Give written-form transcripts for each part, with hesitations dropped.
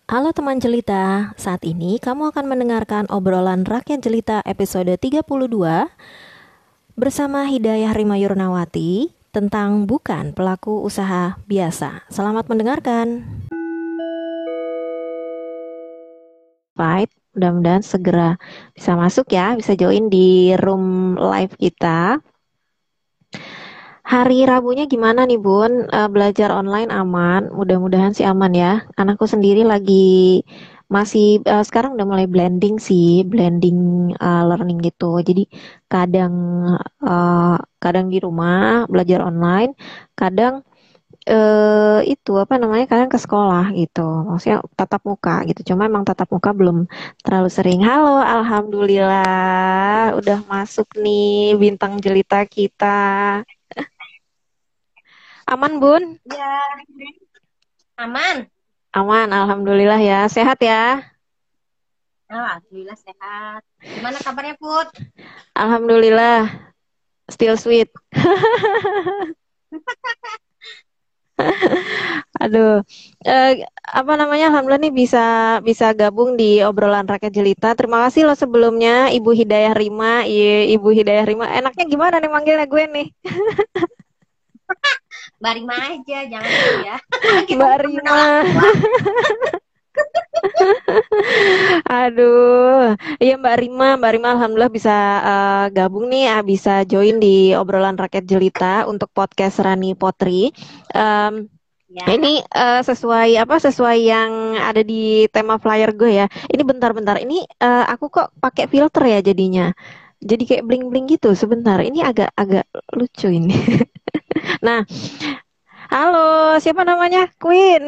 Halo teman jelita, saat ini kamu akan mendengarkan obrolan Rakyat Jelita episode 32 bersama Hidayah Rima Yurnawati tentang bukan pelaku usaha biasa. Selamat mendengarkan. Baik, mudah-mudahan segera bisa masuk ya, bisa join di room live kita. Hari Rabunya gimana nih Bun? Belajar online aman? Mudah-mudahan sih aman ya. Anakku sendiri lagi masih sekarang udah mulai blending sih, blending learning gitu. Jadi kadang kadang di rumah belajar online, kadang itu apa namanya? Kadang ke sekolah gitu. Maksudnya tatap muka gitu. Cuma emang tatap muka belum terlalu sering. Halo, alhamdulillah udah masuk nih bintang jelita kita. Aman Bun? Ya, aman. Aman, alhamdulillah ya. Sehat ya? Alhamdulillah sehat. Gimana kabarnya, Put? Alhamdulillah, still sweet. Aduh, apa namanya? Alhamdulillah nih bisa bisa gabung di obrolan rakyat jelita. Terima kasih loh sebelumnya, Ibu Hidayah Rima. Iya, Ibu Hidayah Rima. Enaknya gimana nih manggilnya gue nih? Barima aja, jangan itu ya. Kita Mbak bukan Rima. menolak tua. Aduh, iya Mbak Rima alhamdulillah bisa gabung nih, bisa join di obrolan rakyat jelita untuk podcast Rani Potri. Em, Ya, Ini sesuai apa sesuai yang ada di tema flyer gue ya. Ini bentar-bentar. Ini aku kok pakai filter ya jadinya. Jadi kayak bling-bling gitu. Sebentar. Ini agak-agak lucu ini. Nah, halo, siapa namanya? Queen.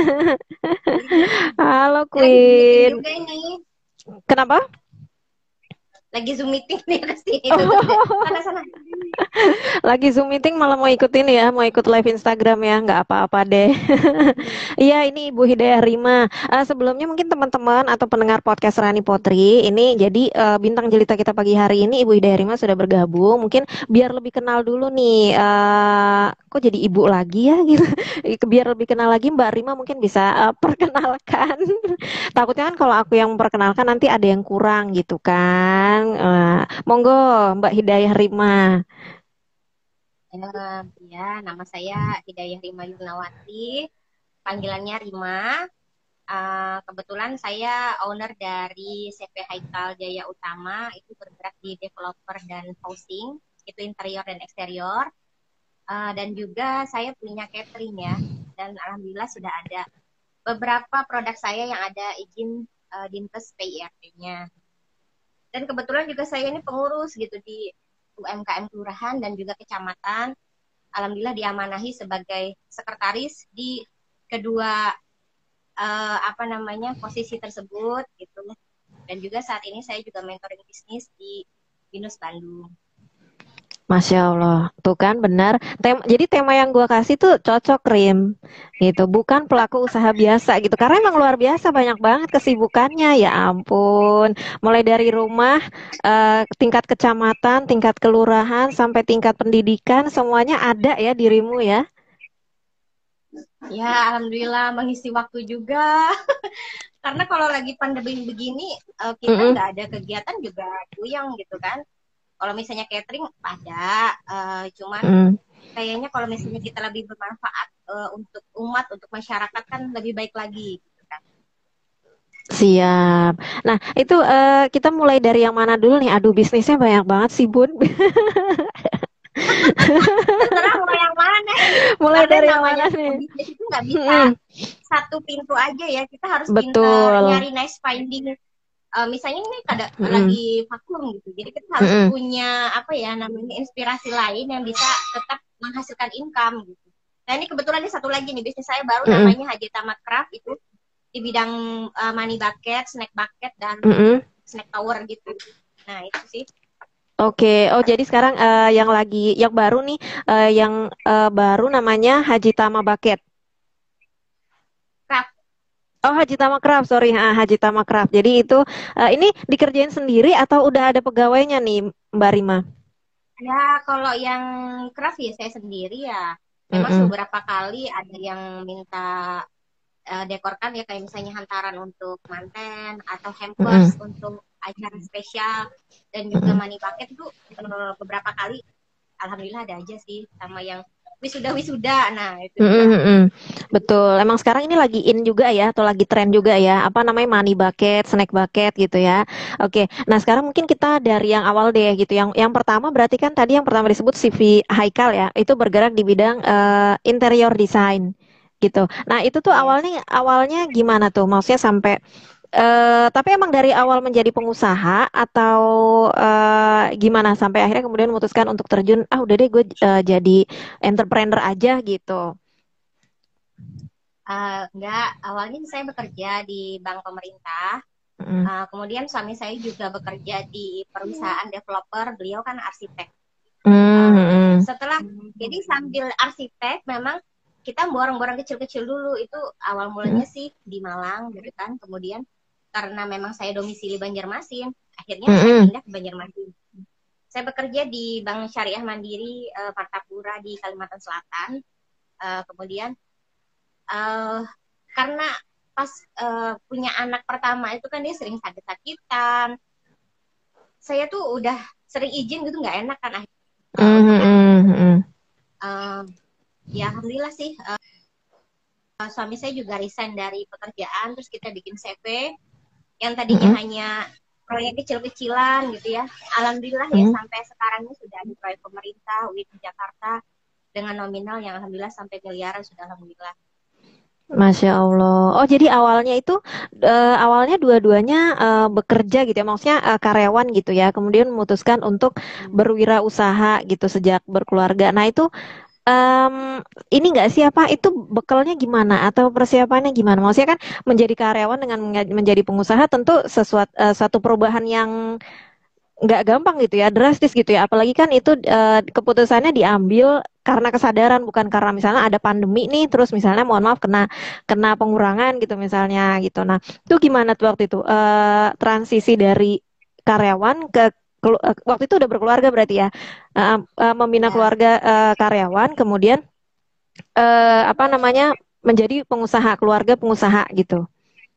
Halo lagi Zoom meeting Queen. juga ini. Kenapa? Lagi Zoom meeting nih di sini. Tutup deh. Oh, Sana-sana. lagi Zoom meeting malah mau ikut ini ya, mau ikut live Instagram ya, nggak apa-apa deh. Iya, ini Ibu Hidayah Rima. Sebelumnya mungkin teman-teman atau pendengar podcast Rani Potri, ini jadi bintang jelita kita pagi hari ini Ibu Hidayah Rima sudah bergabung. Mungkin biar lebih kenal dulu nih, kok jadi ibu lagi ya gitu. Biar lebih kenal lagi Mbak Rima mungkin bisa perkenalkan. Takutnya kan kalau aku yang memperkenalkan nanti ada yang kurang gitu kan. Monggo Mbak Hidayah Rima. Ya, nama saya Hidayah Rima Yurnawati. Panggilannya Rima. Kebetulan saya owner dari CP Haikal Jaya Utama. Itu bergerak di developer dan housing. Itu interior dan eksterior. Dan juga saya punya catering ya. Dan alhamdulillah sudah ada beberapa produk saya yang ada izin Dinkes PIRT-nya. Dan kebetulan juga saya ini pengurus gitu di UMKM kelurahan dan juga kecamatan. Alhamdulillah diamanahi sebagai sekretaris di kedua apa namanya posisi tersebut gitu. Dan juga saat ini saya juga mentoring bisnis di Binus Bandung. Masya Allah, tuh kan benar. Jadi tema yang gua kasih tuh cocok Rim, gitu. Bukan pelaku usaha biasa gitu. Karena emang luar biasa banyak banget kesibukannya. Ya ampun, mulai dari rumah, tingkat kecamatan, tingkat kelurahan, sampai tingkat pendidikan, semuanya ada ya dirimu ya. Ya, alhamdulillah mengisi waktu juga. Karena kalau lagi pandemi begini, kita Mm-mm, nggak ada kegiatan juga puyeng gitu kan. Kalau misalnya catering ada, cuman mm. kayaknya kalau misalnya kita lebih bermanfaat untuk umat, untuk masyarakat kan lebih baik lagi. Gitu kan. Siap. Nah, itu kita mulai dari yang mana dulu nih? Aduh, bisnisnya banyak banget sih, Bun. Terserah mau yang mana ini, Mulai karena dari yang namanya mana nih? bisnis itu nggak bisa Mm-mm. satu pintu aja ya. Kita harus pinter Betul. nyari nice finding. Misalnya ini kada Mm-mm. lagi vakum gitu, jadi kita harus Mm-mm. punya apa ya namanya inspirasi lain yang bisa tetap menghasilkan income gitu. Nah ini kebetulan ini satu lagi nih bisnis saya baru Mm-mm. namanya Haji Tamat Craft itu di bidang money bucket, snack bucket dan Mm-mm. snack tower gitu. Nah itu sih Oke. Oh, jadi sekarang yang baru nih, yang baru namanya Haji Tama Bucket. craft. Oh, Haji Tama Craft, sorry, Haji Tama Craft. Jadi itu ini dikerjain sendiri atau udah ada pegawainya nih, Mbak Rima? Ya kalau yang craft ya saya sendiri ya. Memang Mm-mm. beberapa kali ada yang minta dekorkan ya, kayak misalnya hantaran untuk manten atau Mm-mm. hampers untuk acara spesial, dan juga Mm-mm. money bucket itu beberapa kali alhamdulillah ada aja sih, sama yang wisuda. Nah, itu Mm-mm, juga. mm-mm. Betul. Emang sekarang ini lagi in juga ya, atau lagi tren juga ya, apa namanya money bucket, snack bucket gitu ya. Oke. Nah, sekarang mungkin kita dari yang awal deh gitu. Yang pertama berarti kan tadi yang pertama disebut CV Haikal ya, itu bergerak di bidang interior design gitu. Nah, itu tuh Yes. awalnya awalnya gimana tuh? Maksudnya sampai tapi emang dari awal menjadi pengusaha atau gimana sampai akhirnya kemudian memutuskan untuk terjun, ah udah deh gue jadi entrepreneur aja gitu. Enggak, awalnya saya bekerja di bank pemerintah. Mm. Kemudian suami saya juga bekerja di perusahaan developer, beliau kan arsitek. Mm, Setelah, jadi sambil arsitek memang kita borong-borong kecil-kecil dulu, itu awal mm, mulanya sih di Malang gitu kan. Kemudian karena memang saya domisili Banjarmasin, akhirnya saya mm, pindah ke Banjarmasin. Saya bekerja di Bank Syariah Mandiri Martapura di Kalimantan Selatan. Kemudian uh, karena pas punya anak pertama itu kan dia sering sakit-sakitan, saya tuh udah sering izin gitu, nggak enak kan untuk itu. mm. uh, Ya alhamdulillah sih, suami saya juga resign dari pekerjaan, terus kita bikin CV yang tadinya Mm, hanya proyek kecil-kecilan gitu ya. Alhamdulillah ya mm. sampai sekarang ini sudah ada proyek pemerintah WIP Jakarta dengan nominal yang alhamdulillah sampai miliaran sudah, alhamdulillah. Masya Allah. Oh, jadi awalnya itu awalnya dua-duanya bekerja gitu ya, maksudnya karyawan gitu ya. Kemudian memutuskan untuk berwirausaha gitu sejak berkeluarga. Nah, itu ini nggak sih apa itu bekalnya gimana atau persiapannya gimana? Maksudnya kan menjadi karyawan dengan menjadi pengusaha tentu suatu perubahan yang nggak gampang gitu ya, drastis gitu ya. Apalagi kan itu keputusannya diambil karena kesadaran bukan karena misalnya ada pandemi nih, terus misalnya mohon maaf kena kena pengurangan gitu misalnya gitu. Nah, itu gimana tuh waktu itu transisi dari karyawan ke waktu itu udah berkeluarga berarti ya, membina Ya. keluarga karyawan, kemudian apa namanya menjadi pengusaha keluarga pengusaha gitu.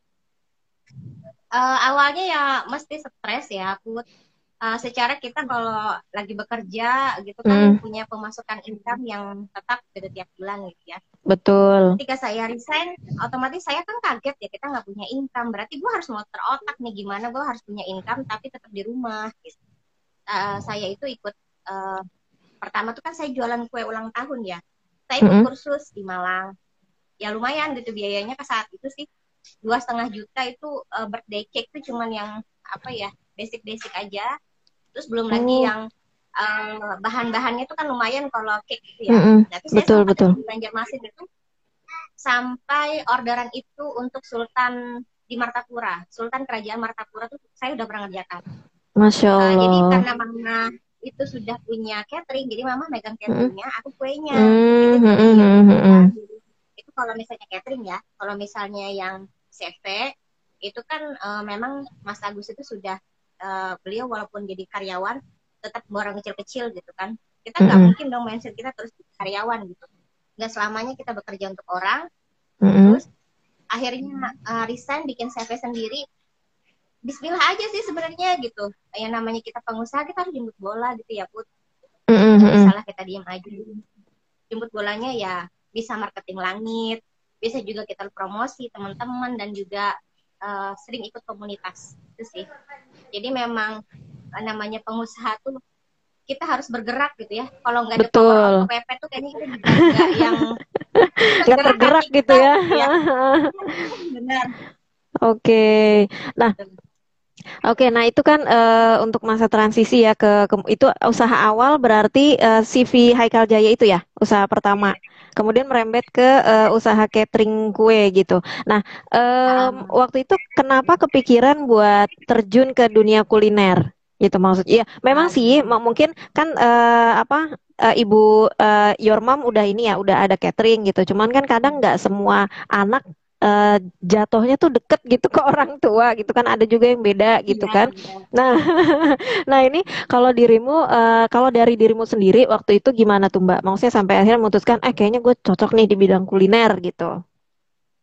Awalnya ya mesti stres ya, aku secara kita kalau lagi bekerja gitu kan Hmm, punya pemasukan income yang tetap gitu tiap bulan gitu ya. betul. Ketika saya resign, otomatis saya kan kaget ya, kita nggak punya income. Berarti gue harus muter otak nih, gimana gue harus punya income tapi tetap di rumah. Gitu. Saya itu ikut, pertama tuh kan saya jualan kue ulang tahun ya. Saya ikut Mm-mm. kursus di Malang. Ya lumayan gitu biayanya ke saat itu sih 2,5 juta itu, birthday cake tuh cuman yang apa ya, basic-basic aja. Terus belum lagi Oh, yang bahan-bahannya itu kan lumayan kalau cake gitu ya. mm-mm. Tapi saya Betul sempat betul. di Banjarmasin itu sampai orderan itu untuk Sultan di Martapura, Sultan Kerajaan Martapura tuh saya udah pernah ngerjakan. Masya Jadi Allah. karena mama itu sudah punya catering, jadi mama megang Mm-mm. cateringnya, aku kuenya, kita Mm, mm, dibayar mm, gitu kan. mm, Itu kalau misalnya catering ya, kalau misalnya yang CV itu kan memang Mas Agus itu sudah, beliau walaupun jadi karyawan tetap borong kecil-kecil gitu kan. Kita nggak mm, mungkin dong mindset kita terus jadi karyawan gitu. Nggak selamanya kita bekerja untuk orang. mm, Terus akhirnya resign bikin CV sendiri. Bismillah aja sih sebenarnya gitu. Yang namanya kita pengusaha kita harus jemput bola gitu ya Put. mm, Nggak bisa mm. lah kita diem aja. Jemput bolanya ya bisa marketing langit, bisa juga kita promosi teman-teman, dan juga sering ikut komunitas itu sih. Jadi memang namanya pengusaha tuh kita harus bergerak gitu ya. Kalau nggak ada power of Betul. kepepet tuh kayaknya kita juga nggak yang Nggak tergerak tergerak hati gitu kita ya. gitu ya. Benar. Oke. Nah, oke, nah itu kan untuk masa transisi ya itu usaha awal berarti CV Haikal Jaya itu ya, usaha pertama. Kemudian merembet ke usaha catering kue gitu. Nah, waktu itu kenapa kepikiran buat terjun ke dunia kuliner? Gitu maksudnya. Iya, memang sih mungkin kan apa ibu your mom udah ini ya, udah ada catering gitu. Cuman kan kadang nggak semua anak jatuhnya tuh deket gitu ke orang tua gitu kan, ada juga yang beda gitu Iya, kan. benar. Nah, nah ini kalau dirimu kalau dari dirimu sendiri waktu itu gimana tuh Mbak? Maksudnya sampai akhirnya memutuskan kayaknya gue cocok nih di bidang kuliner gitu.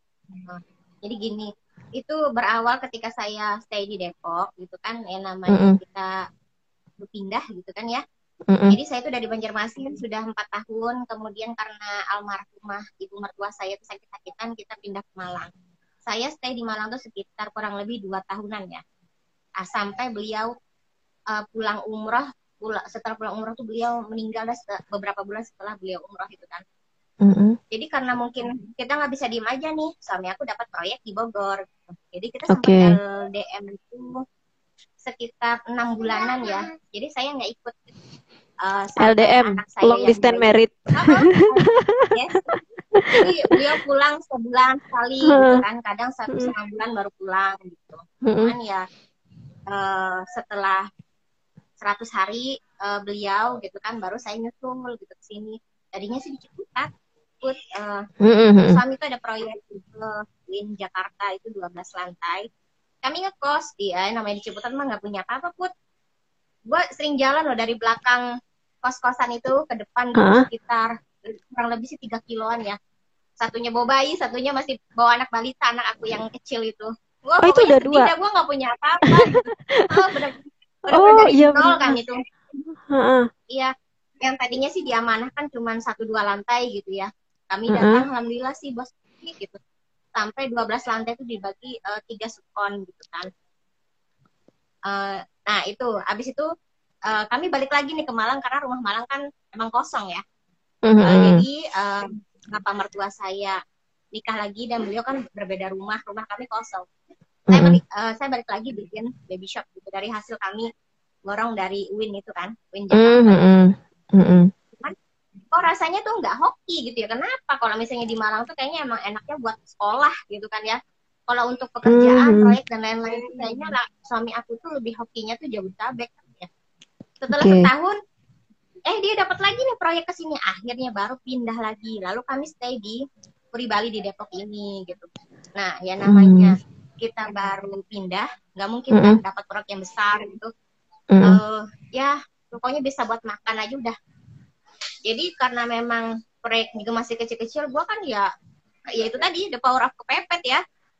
Nah, jadi gini, itu berawal ketika saya stay di Depok gitu kan, yang namanya kita berpindah gitu kan ya. Jadi saya itu dari Banjarmasin sudah 4 tahun, kemudian karena almarhumah ibu mertua saya itu sakit-sakitan, kita pindah ke Malang. Saya stay di Malang tuh sekitar kurang lebih 2 tahunan ya. Sampai beliau pulang umroh, setelah pulang umroh tuh beliau meninggal beberapa bulan setelah beliau umroh itu kan. Jadi karena mungkin kita nggak bisa diem aja nih, suami aku dapat proyek di Bogor. Jadi kita sempat LDM itu sekitar 6 bulanan ya. Jadi saya nggak ikut. LDM, long distance married. Yes. Jadi beliau pulang sebulan sekali gitu kan, kadang 1,5 bulan baru pulang gitu. Cuman ya setelah 100 hari beliau gitu kan, baru saya nyusul gitu ke sini. Tadinya sih di Ciputat. Suami itu ada proyek di Jakarta itu 12 lantai. Kami ngekos, dia namanya di Ciputat mah nggak punya apa-apa, Put. Gue sering jalan loh dari belakang kos-kosan itu ke depan gitu, sekitar kurang lebih sih 3 kiloan ya. Satunya bawa bayi, satunya masih bawa anak balita, anak aku yang kecil itu. Gue itu udah dua. Gue nggak punya apa-apa gitu. Bener-bener dari nol kan itu. Iya, yang tadinya sih diamanahkan cuma 1-2 lantai gitu ya. Kami datang, alhamdulillah sih bos gitu. Sampai 12 lantai itu dibagi 3 subkon gitu kan. Nah itu, abis itu kami balik lagi nih ke Malang karena rumah Malang kan emang kosong ya. Jadi bapak mertua saya nikah lagi dan beliau kan berbeda rumah kami kosong. Saya balik lagi bikin baby shop gitu dari hasil kami borong dari UIN itu kan, UIN Jakarta. Cuman kok rasanya tuh nggak hoki gitu ya. Kenapa? Kalau misalnya di Malang tuh kayaknya emang enaknya buat sekolah gitu kan ya. Kalau untuk pekerjaan, proyek dan lain-lain, kayaknya suami aku tuh lebih hokinya tuh Jabodetabek ya. Setelah setahun, dia dapat lagi nih proyek kesini. Akhirnya baru pindah lagi. Lalu kami stay di Puri Bali di Depok ini gitu. Nah, ya namanya kita baru pindah, nggak mungkin kan dapat proyek yang besar gitu. Ya, pokoknya bisa buat makan aja udah. Jadi karena memang proyek juga masih kecil-kecil, gue kan ya itu tadi the power of kepepet ya.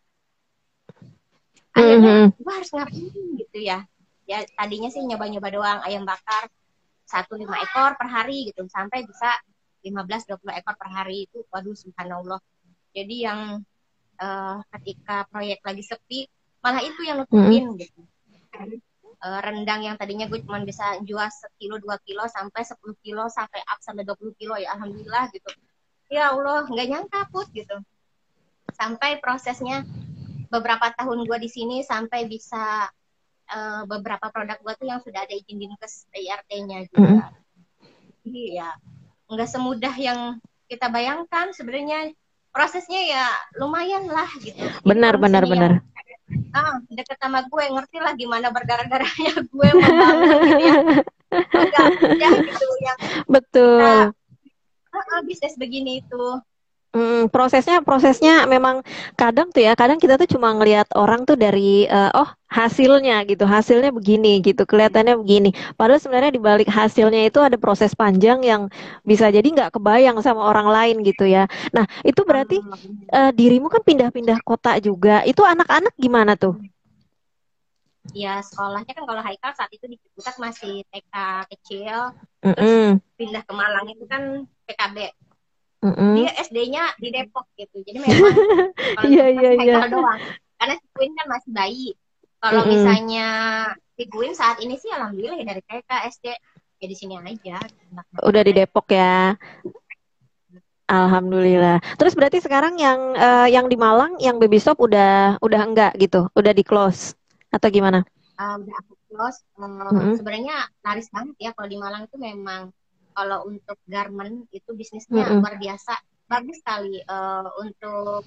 Akhirnya gue harus ngapain gitu ya. Ya tadinya sih nyoba-nyoba doang ayam bakar 1-5 ekor per hari gitu sampai bisa 15-20 ekor per hari itu. Waduh subhanallah. Jadi yang ketika proyek lagi sepi malah itu yang nutupin gitu. Rendang yang tadinya gue cuma bisa jual 1 kilo 2 kilo sampai 10 kilo sampai up sampai 20 kilo ya alhamdulillah gitu. Ya Allah nggak nyangka Put gitu. Sampai prosesnya beberapa tahun gue di sini sampai bisa beberapa produk gue tuh yang sudah ada izin dinkes IRT-nya juga. Jadi ya nggak semudah yang kita bayangkan sebenarnya, prosesnya ya lumayan lah gitu. Benar. Deket sama gue ngerti lah gimana berdarah-darahnya gue membangun gitu ya. Enggak mudah gitu ya. Betul. Bisnis begini itu. Prosesnya memang kadang kita tuh cuma ngelihat orang tuh dari hasilnya gitu, hasilnya begini gitu, kelihatannya begini. Padahal sebenarnya di balik hasilnya itu ada proses panjang yang bisa jadi nggak kebayang sama orang lain gitu ya. Nah itu berarti dirimu kan pindah-pindah kota juga. Itu anak-anak gimana tuh? Ya sekolahnya kan kalau Haikal saat itu di Ciputat masih TK kecil, terus pindah ke Malang itu kan PKB. Dia SD-nya di Depok gitu. Jadi memang kalau Haikal doang. Karena si Queen kan masih bayi. Kalau misalnya si Queen saat ini sih alhamdulillah ya dari TK SD ya di sini aja. Udah di Depok ya. Alhamdulillah. Terus berarti sekarang yang di Malang yang baby shop udah enggak gitu, udah di close atau gimana? Udah aku close. Sebenarnya laris banget ya kalau di Malang itu memang kalau untuk garment itu bisnisnya luar biasa bagus sekali untuk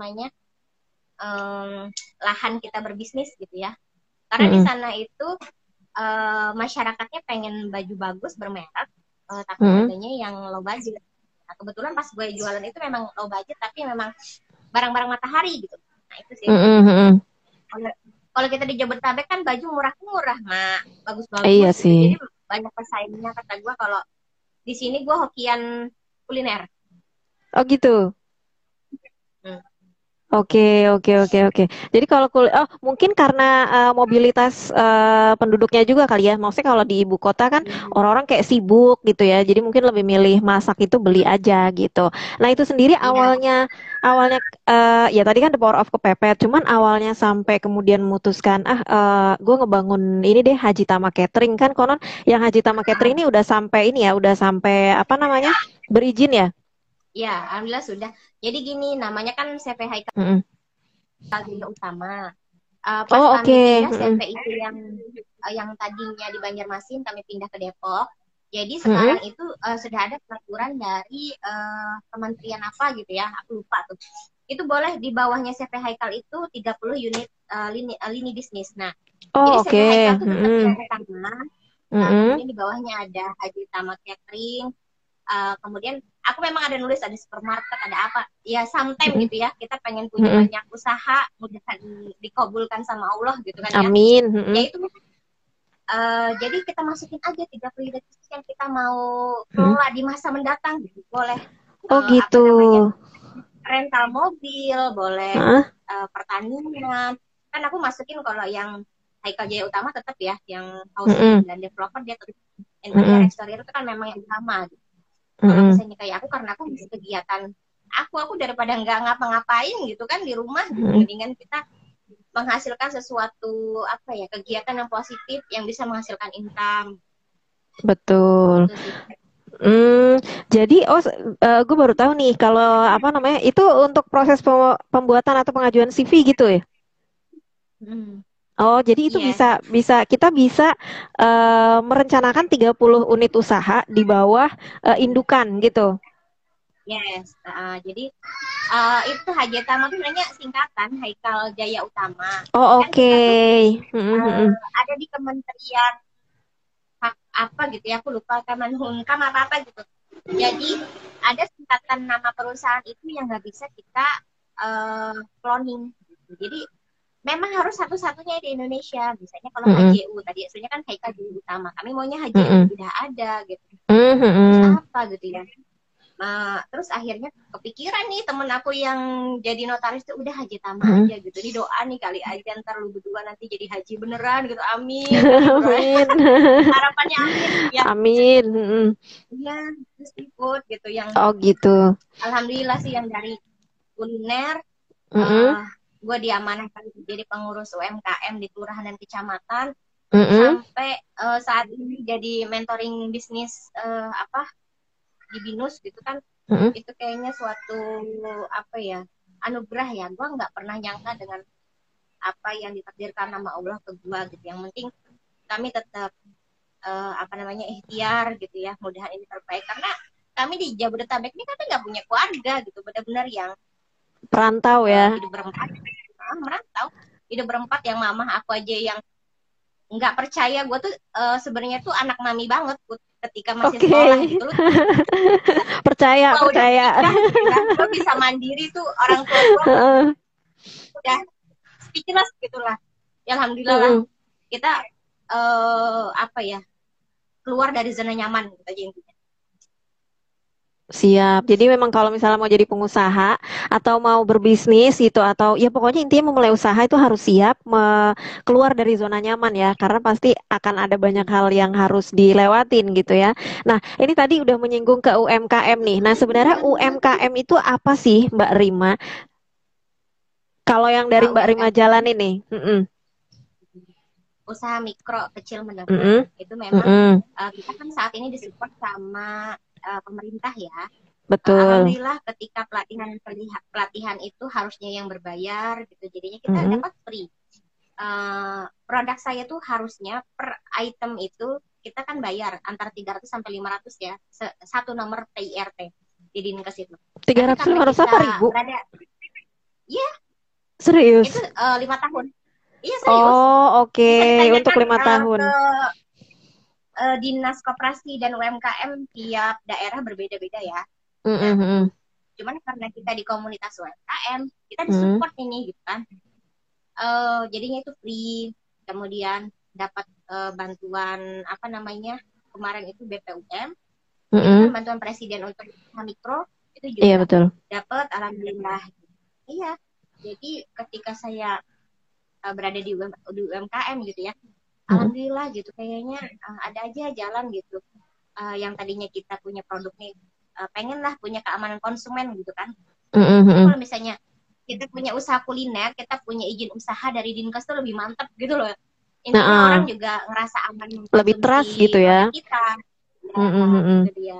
lahan kita berbisnis gitu ya. Karena di sana itu masyarakatnya pengen baju bagus bermerek tapi harganya yang low budget. Nah, kebetulan pas gue jualan itu memang low budget tapi memang barang-barang matahari gitu. Nah itu sih. Kalau kita di Jabodetabek kan baju murah-murah, bagus-bagus. Iya sih. Jadi banyak pesaingnya kata gue. Kalau di sini gue hokian kuliner. Oh gitu. Oke, oke, oke, oke. Jadi kalau oh mungkin karena mobilitas penduduknya juga kali ya. Maksudnya kalau di ibu kota kan Hmm. orang-orang kayak sibuk gitu ya. Jadi mungkin lebih milih masak itu beli aja gitu. Nah itu sendiri Iya, awalnya ya tadi kan the power of kepepet. Cuman awalnya sampai kemudian memutuskan gue ngebangun ini deh Haji Tama Catering kan konon yang Haji Tama Catering ini udah sampai ini ya, udah sampai apa namanya berizin ya. ya, alhamdulillah sudah. Jadi gini, namanya kan CV Haikal Mm-mm. Jaya Utama. Pas Oh kami oke. pindah Mm-mm. CV itu yang tadinya di Banjarmasin, kami pindah ke Depok. Jadi Mm-mm. sekarang itu sudah ada peraturan dari kementerian apa gitu ya, aku lupa tuh. Itu boleh di bawahnya CV Haikal itu 30 unit lini bisnis. Nah, jadi Oh CV oke. Haikal tuh tetap yang Mm-mm. utama. Mm-mm. Kemudian di bawahnya ada Haji Tama Catering. Kemudian aku memang ada nulis ada supermarket ada apa ya sometime Mm-mm. gitu ya kita pengen punya Mm-mm. banyak usaha mudah dikabulkan sama Allah gitu kan ya Amin. ya Mm-mm. itu jadi kita masukin aja 30 bisnis yang kita mau Mm-mm. kelola di masa mendatang gitu boleh Oh apa gitu. namanya rental mobil boleh Heeh. pertanian kan aku masukin kalau yang Haikal Jaya Utama tetap ya yang housing Mm-mm. dan developer dia tetap interior Mm-mm. exterior itu kan memang yang utama gitu. Kalau Mm-mm. misalnya kayak aku karena aku bisa kegiatan aku daripada nggak ngapa-ngapain gitu kan di rumah gitu Mm-mm. mendingan kita menghasilkan sesuatu apa ya kegiatan yang positif yang bisa menghasilkan income Betul. gitu sih. Hmm, jadi gue baru tahu nih kalau apa namanya itu untuk proses pembuatan atau pengajuan CV gitu ya. Hmm. Oh, jadi itu Yes, bisa bisa kita bisa merencanakan 30 unit usaha di bawah indukan gitu. yes. Jadi itu Hajatama itu sebenarnya singkatan Haikal Jaya Utama. Oh, Kan kita tuh oke. Mm-mm, mm-mm. ada di Kementerian apa gitu ya, aku lupa Kemenhumkam apa gitu. Jadi ada singkatan nama perusahaan itu yang nggak bisa kita cloning. Gitu. Jadi memang harus satu-satunya di Indonesia. Misalnya kalau Mm-mm, HJU tadi, sebenarnya kan Haikal Jaya Utama. Kami maunya HJU mm-mm, tidak ada gitu. Terus mm-mm. apa gitu ya? Terus akhirnya kepikiran nih temen aku yang jadi notaris tuh udah haji tama Mm-mm. aja gitu. Ini doa nih kali aja ntar lu berdua nanti jadi haji beneran gitu. Amin gitu. Amin. Harapannya amin ya. Amin. Mm-mm. Iya, seafood gitu yang Oh gitu. alhamdulillah sih yang dari kuliner Mm-mm. uh, gue diamanahkan jadi pengurus UMKM di kelurahan dan kecamatan Mm-mm. sampai saat ini jadi mentoring bisnis apa di binus gitu kan Mm-mm. itu kayaknya suatu apa ya anugerah ya gue nggak pernah nyangka dengan apa yang ditakdirkan nama Allah ke gue gitu yang penting kami tetap apa namanya ikhtiar gitu ya mudahan ini terbaik karena kami di Jabodetabek ini kan nggak punya keluarga gitu benar-benar yang Perantau ya. hidup berempat merantau hidup berempat yang mama aku aja yang nggak percaya gue tuh sebenarnya tuh anak mami banget ketika masih Oke. sekolah gitu lu Percaya, gua udah percaya. menikah gitu ya gue bisa mandiri tuh orang tua gue Heeh. udah speechless gitulah ya alhamdulillah lah Mm-mm. kita apa ya keluar dari zona nyaman gitu aja intinya. Siap. Jadi memang kalau misalnya mau jadi pengusaha atau mau berbisnis gitu atau ya pokoknya intinya memulai usaha itu harus siap keluar dari zona nyaman ya karena pasti akan ada banyak hal yang harus dilewatin gitu ya. Nah, ini tadi udah menyinggung ke UMKM nih. Nah, sebenarnya UMKM itu apa sih, Mbak Rima? Kalau yang dari Mbak Rima UMKM jalan ini. Mm-mm. usaha mikro kecil menengah Mm-mm. itu memang Mm-mm. kita kan saat ini disupport sama pemerintah ya. Betul. Alhamdulillah ketika pelatihan itu harusnya yang berbayar gitu jadinya kita Mm-mm. dapat free. Produk saya tuh harusnya per item itu kita kan bayar antara 300 sampai 500 ya satu nomor PIRT di Dinkes itu. Tiga Tapi ratus karena lima ratus apa kita ribu? berada ya itu Serius? 5 tahun. Iya serius. Oh, oke. Bisa Untuk ditanyakan 5 tahun. ke Dinas Koperasi dan UMKM tiap daerah berbeda-beda ya. Nah, Mm-mm. cuman karena kita di komunitas UMKM, kita Mm-mm. disupport ini gitu kan. Jadinya itu free. Kemudian dapat bantuan apa namanya? Kemarin itu BPUM, itu kan Mm-mm. bantuan presiden untuk usaha mikro itu Iya juga betul. dapat alhamdulillah. Iya. Jadi ketika saya berada di UMKM gitu ya, Mm-mm. alhamdulillah gitu kayaknya ada aja jalan gitu. Yang tadinya kita punya produk nih, pengen lah punya keamanan konsumen gitu kan. Jadi Mm-mm. kalau misalnya kita punya usaha kuliner, kita punya izin usaha dari Dinkes tuh lebih mantep gitu loh. Intinya orang Nah, juga ngerasa aman lebih trust gitu mengkonsumsi produk ya. kita. Ya, itu Mm-mm. dia.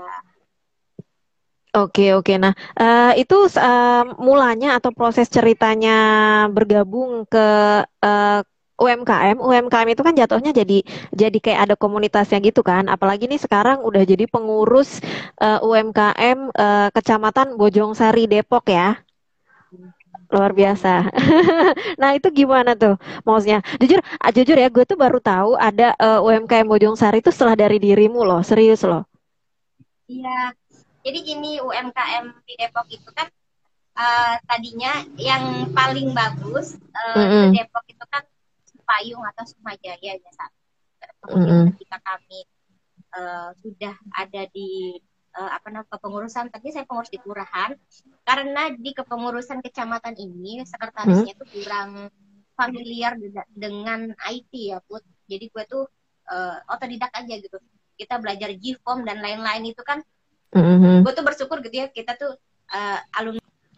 Oke, oke. Nah, itu mulanya atau proses ceritanya bergabung ke eh, UMKM. UMKM itu kan jatuhnya jadi kayak ada komunitasnya gitu kan. Apalagi nih sekarang udah jadi pengurus UMKM Kecamatan Bojongsari Depok ya. Luar Iya, biasa. iya. Nah, itu gimana tuh? Maksudnya, jujur ya, gue tuh baru tahu ada UMKM Bojongsari itu setelah dari dirimu loh, serius loh. Iya. Jadi gini, UMKM di Depok itu kan tadinya yang paling bagus Mm-mm. se-Depok itu kan Payung atau Sukmajaya ya saat. Kemudian Mm-mm. ketika kami sudah ada di apa namanya kepengurusan, tadi saya pengurus di kelurahan, karena di kepengurusan kecamatan ini Mm-mm. sekretarisnya tuh kurang familiar dengan IT ya Put. Jadi gue tuh otodidak aja gitu. Kita belajar GFOM dan lain-lain itu kan, Mm-mm. gue tuh bersyukur gitu ya, kita tuh alumni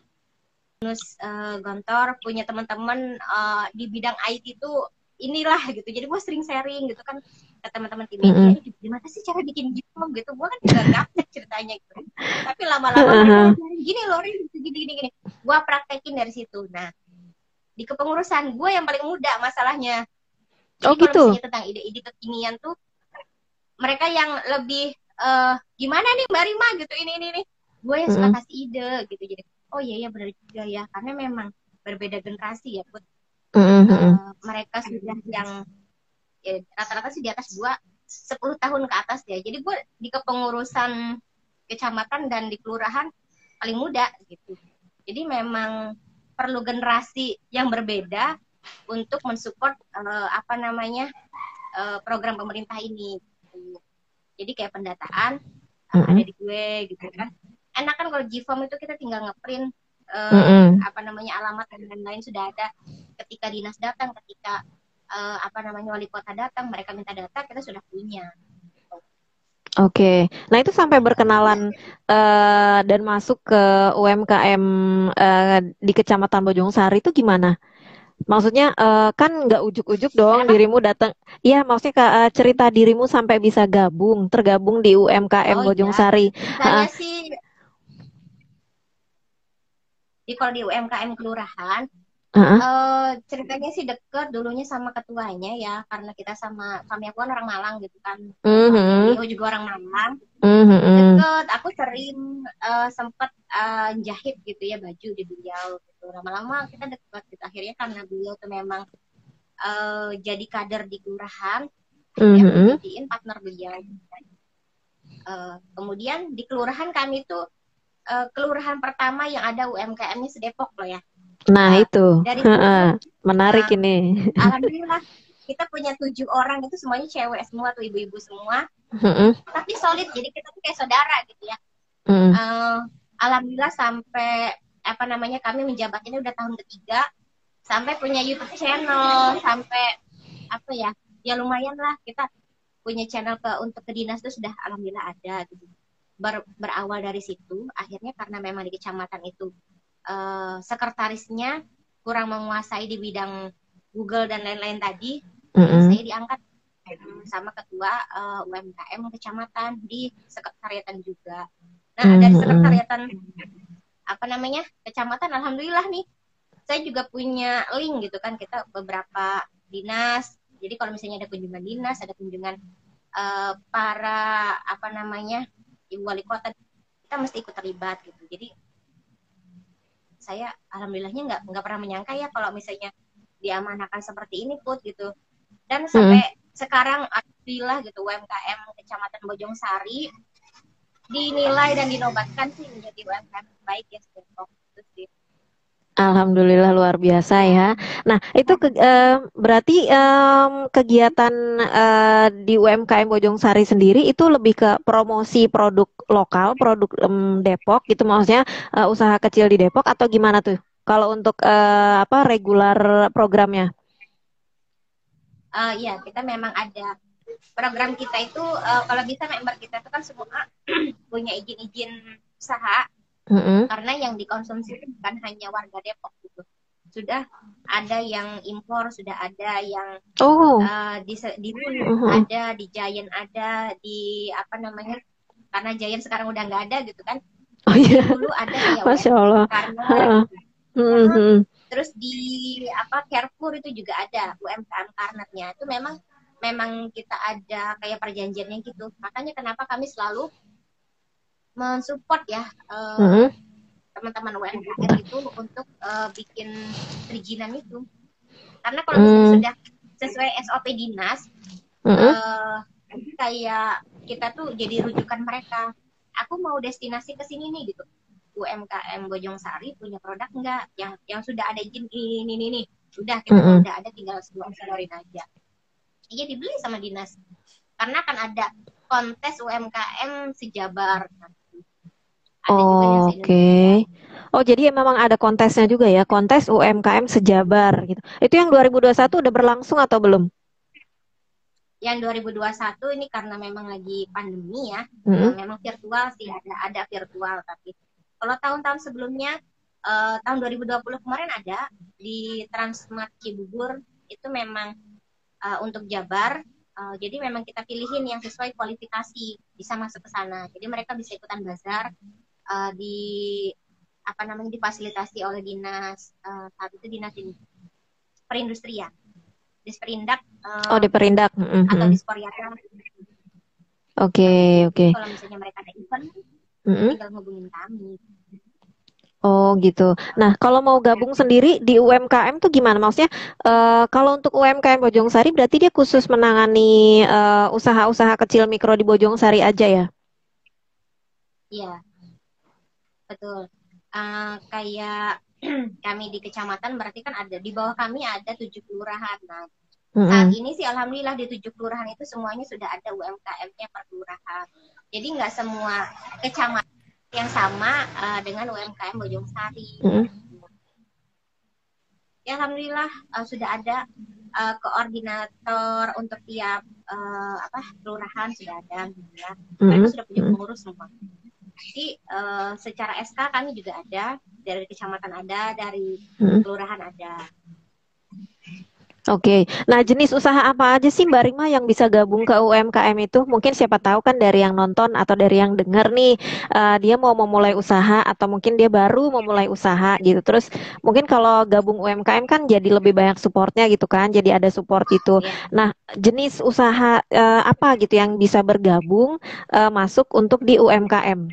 Gontor punya teman-teman di bidang IT itu inilah gitu. Jadi gue sering sharing gitu kan ke teman-teman di media, Mm-mm. ini gimana sih cara bikin GitHub gitu. Gue kan juga gaptek ceritanya gitu. Tapi lama-lama mereka Heeh. ngajarin gini loh, gini. Gue praktekin dari situ. Nah, di kepengurusan gue yang paling muda masalahnya. Oh Jadi kalau gitu. misalnya tentang ide-ide kekinian tuh mereka yang lebih gimana nih Mbak Rima gitu ini gue yang suka Mm-mm. kasih ide gitu. Jadi oh iya benar juga ya, karena memang berbeda generasi ya Put. Mm-mm. Mereka sudah yang ya, rata-rata sih di atas gua 10 tahun ke atas ya. Jadi gue di kepengurusan kecamatan dan di kelurahan paling muda gitu. Jadi memang perlu generasi yang berbeda untuk mensupport apa namanya program pemerintah ini gitu. Jadi kayak pendataan ada Mm-mm. di gue gitu kan. Enak kan kalau GFOM itu kita tinggal ngeprint Mm-mm. apa namanya alamat dan lain-lain sudah ada. Ketika dinas datang, ketika apa namanya wali kota datang, mereka minta data, kita sudah punya. Oke. Nah, itu sampai berkenalan dan masuk ke UMKM di Kecamatan Bojongsari itu gimana? Maksudnya kan nggak ujuk-ujuk dong Kenapa? dirimu datang. Iya, maksudnya cerita dirimu sampai bisa tergabung di UMKM Oh iya, Bojongsari. Heeh. ceritanya sih di kalau di UMKM kelurahan Heeh. ceritanya sih deket dulunya sama ketuanya ya, karena kita sama suami aku kan orang Malang gitu kan, suami Mhm. beliau juga orang Malang, Mhm. deket. Aku sering sempet jahit gitu ya baju di beliau gitu. Lama-lama kita deket gitu. Akhirnya karena beliau tuh memang jadi kader di kelurahan, akhirnya aku Mhm. jadiin partner beliau. Kemudian di kelurahan kami tuh kelurahan pertama yang ada UMKM-nya se-Depok loh ya. Nah, itu. Dari situ Heeh. Menarik ini. alhamdulillah kita punya 7 orang itu semuanya cewek semua tuh, ibu-ibu semua, Mhm. tapi solid. Jadi kita tuh kayak saudara gitu ya. Mhm. Alhamdulillah sampai apa namanya kami menjabat ini udah tahun ketiga, sampai punya YouTube channel, sampai apa ya, ya lumayan lah kita punya channel untuk ke dinas itu sudah alhamdulillah ada gitu. Berawal dari situ, akhirnya karena memang di kecamatan itu sekretarisnya kurang menguasai di bidang Google dan lain-lain tadi, ya Mhm. saya diangkat sama ketua UMKM kecamatan di sekretariatan juga. Nah, dari Mhm. sekretariatan apa namanya kecamatan, alhamdulillah nih saya juga punya link gitu kan, kita beberapa dinas. Jadi kalau misalnya ada kunjungan dinas, ada kunjungan para apa namanya ibu wali kota, kita mesti ikut terlibat gitu. Jadi saya alhamdulillahnya nggak pernah menyangka ya kalau misalnya diamanahkan seperti ini Put gitu. Dan Mhm. sampai sekarang alhamdulillah gitu UMKM Kecamatan Bojongsari dinilai dan dinobatkan sih menjadi UMKM terbaik ya Depok itu sih. Alhamdulillah luar biasa ya. Ya. Nah, itu berarti kegiatan di UMKM Bojongsari sendiri itu lebih ke promosi produk lokal, produk Depok gitu maksudnya usaha kecil di Depok atau gimana tuh? Kalau untuk apa regular programnya? Iya, kita memang ada program kita itu kalau bisa member kita itu kan semua punya izin-izin usaha Mm-mm. karena yang dikonsumsi itu bukan hanya warga Depok gitu. Sudah ada yang impor, sudah ada yang Oh. di Dulu Mm-mm. ada, di Giant ada, di apa namanya? Karena Giant sekarang udah nggak ada gitu kan. Oh Jadi iya, dulu ada kayak Masya Allah. UMKM Karner Heeh. gitu. Nah, Mm-mm. terus di apa Carrefour itu juga ada UMKM Karnernya. Itu memang memang kita ada kayak perjanjiannya gitu. Makanya kenapa kami selalu mensupport ya Mm-mm. teman-teman UMKM itu untuk bikin perizinan itu. Karena kalau misalnya Mm. sudah sesuai SOP dinas, Mm-mm. kayak kita tuh jadi rujukan mereka. Aku mau destinasi ke sini nih gitu. UMKM Bojong Sari punya produk enggak yang sudah ada izin ini nih. Sudah kita mah Mm-mm. udah ada tinggal seluruhin aja. Iya dibeli sama dinas. Karena akan ada kontes UMKM sejabar. Ada juga yang Oke. se-Indonesia. Oh, jadi memang ada kontesnya juga ya, kontes UMKM sejabar gitu. Itu yang 2021 udah berlangsung atau belum? Yang 2021 ini karena memang lagi pandemi ya, Mm-mm. memang virtual sih, ada virtual. Tapi kalau tahun-tahun sebelumnya, tahun 2020 kemarin ada di Transmart Cibubur, itu memang untuk Jabar. Jadi memang kita pilihin yang sesuai kualifikasi bisa masuk ke sana. Jadi mereka bisa ikutan bazar di apa namanya difasilitasi oleh dinas saat itu dinas ini perindustrian, disperindak Oh, di Perindak. atau Mm-mm. disporiata. Oke, Nah, oke. jadi kalau misalnya mereka ada event, Mm-mm. tinggal hubungin kami. Oh gitu. Nah, kalau mau gabung sendiri di UMKM tuh gimana? Maksudnya, kalau untuk UMKM Bojongsari berarti dia khusus menangani usaha-usaha kecil mikro di Bojongsari aja ya? Iya, betul. Kayak kami di kecamatan berarti kan ada di bawah kami ada 7 kelurahan. Nah, saat Mm-mm. ini sih alhamdulillah di 7 kelurahan itu semuanya sudah ada UMKM-nya per kelurahan. Jadi nggak semua kecamatan yang sama dengan UMKM Bojongsari. Mm-mm. Ya alhamdulillah sudah ada koordinator untuk tiap apa kelurahan sudah ada, ya. Mereka Mm-mm. sudah punya Mm-mm. pengurus semua. Jadi secara SK kami juga ada, dari kecamatan ada, dari Mm-mm. kelurahan ada. Oke. Nah, jenis usaha apa aja sih Mbak Rima yang bisa gabung ke UMKM itu? Mungkin siapa tahu kan dari yang nonton atau dari yang denger nih, dia mau memulai usaha atau mungkin dia baru memulai usaha gitu. Terus mungkin kalau gabung UMKM kan jadi lebih banyak supportnya gitu kan, jadi ada support itu. Ya. Nah, jenis usaha apa gitu yang bisa bergabung masuk untuk di UMKM?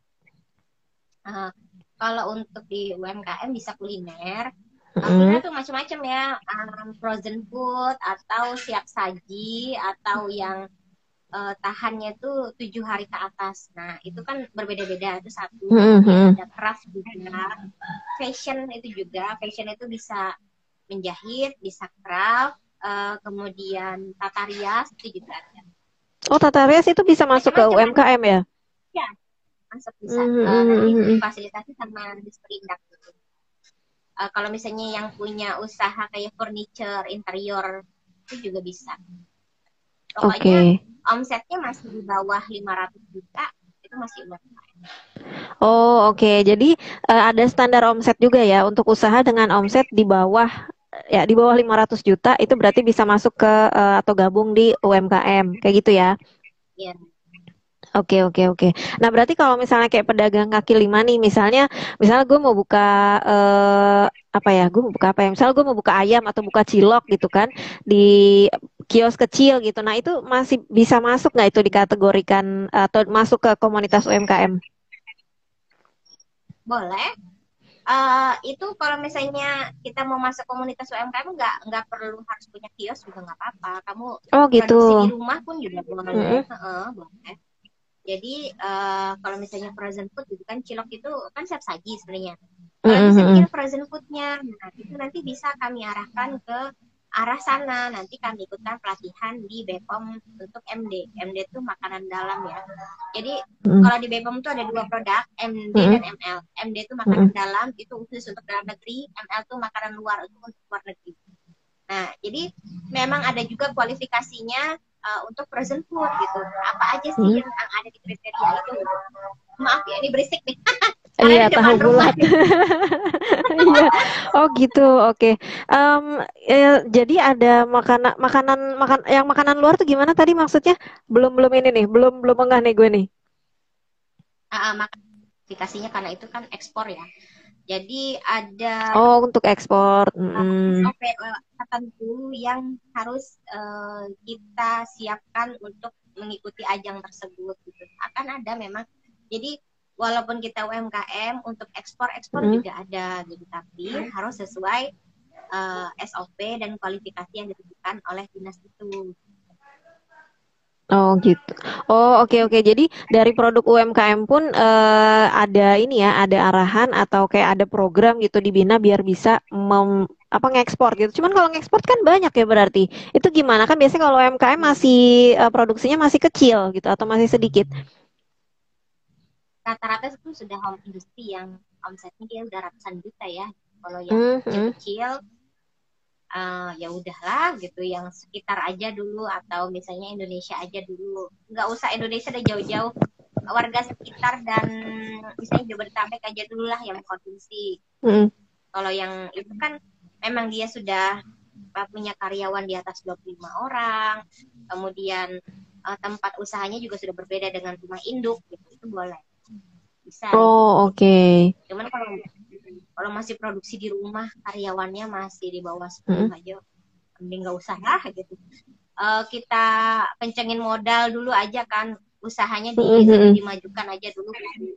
Kalau untuk di UMKM bisa kuliner. Kuliner Mm-mm. tuh macam-macam ya, frozen food atau siap saji atau yang tahannya tuh 7 hari ke atas. Nah, itu kan berbeda-beda. Itu satu. Kemudian Mm-mm. ada craft juga. Fashion itu juga. Fashion itu bisa menjahit, bisa craft. Kemudian tata rias itu juga ada. Oh, Tata Rias itu bisa masuk ke Macam-macam ada. UMKM ya? Ya, masuk bisa. Nanti Mm-mm. difasilitasi sama Disperindak gitu. Kalau misalnya yang punya usaha kayak furniture, interior, itu juga bisa. Pokoknya Oke. omsetnya masih di bawah 500 juta, itu masih UMKM. Oh, oke. Jadi ada standar omset juga ya untuk usaha dengan omset di bawah ya di bawah 500 juta itu berarti bisa masuk ke atau gabung di UMKM kayak gitu ya. Ya, Oke, oke, oke. Nah, berarti kalau misalnya kayak pedagang kaki lima nih, misalnya gue mau buka apa ya? Gue mau buka apa ya? Misalnya gue mau buka ayam atau buka cilok gitu kan di kios kecil gitu. Nah, itu masih bisa masuk nggak itu dikategorikan atau masuk ke komunitas UMKM? boleh. Itu kalau misalnya kita mau masuk komunitas UMKM nggak perlu harus punya kios juga nggak apa-apa. Kamu Oh, gitu. produksi di rumah pun juga boleh. Mm-mm. Boleh. Jadi kalau misalnya frozen food gitu kan cilok itu kan siap saji sebenarnya. Kalau bisa bikin Mm-mm. frozen foodnya, nah itu nanti bisa kami arahkan ke arah sana. Nanti kami ikutkan pelatihan di BPOM untuk MD. MD itu makanan dalam ya. Jadi Mm, kalau di BPOM itu ada dua produk, MD dan mm, ML. MD itu makanan mm, dalam, itu khusus untuk dalam negeri. ML itu makanan luar, itu untuk luar negeri. Nah, jadi memang ada juga kualifikasinya untuk frozen food gitu. Apa aja sih mm. yang ada di kriteria itu? Maaf ya, ini berisik nih. Karena Iya, di tahu depan rumah. bulat. Iya. Oh gitu. Oke. Em, jadi ada makanan makanan yang makanan luar tuh gimana tadi maksudnya? Belum belum ini nih, belum belum enggak nih gue nih. Maka kualifikasinya karena itu kan ekspor ya. Jadi ada Oh, untuk ekspor. Mm-mm. SOP tertentu yang harus kita siapkan untuk mengikuti ajang tersebut gitu. Akan ada memang. Jadi walaupun kita UMKM untuk ekspor Mm. juga ada gitu, tapi harus sesuai SOP dan kualifikasi yang ditentukan oleh dinas itu. Oh gitu. Oh oke oke. Jadi dari produk UMKM pun ada ini ya, ada arahan atau kayak ada program gitu dibina biar bisa apa ngekspor gitu. Cuman kalau ngekspor kan banyak ya berarti. Itu gimana kan biasanya kalau UMKM masih produksinya masih kecil gitu atau masih sedikit. Rata-rata itu sudah home industry yang omsetnya dia udah ratusan juta ya. Kalau yang Hmm, hmm, kecil-kecil ya udahlah gitu, yang sekitar aja dulu atau misalnya Indonesia aja dulu, nggak usah Indonesia udah jauh-jauh, warga sekitar dan misalnya Jabodetabek aja dulu lah yang konsumsi. hmm. Kalau yang itu kan memang dia sudah punya karyawan di atas 25 orang, kemudian tempat usahanya juga sudah berbeda dengan rumah induk gitu, itu boleh, bisa itu. Oh oke. Cuman kalau masih produksi di rumah, karyawannya masih di bawah Hmm, 10 aja, mending nggak usah lah gitu. Kita kencengin modal dulu aja kan, usahanya hmm, lebih hmm. dimajukan aja dulu.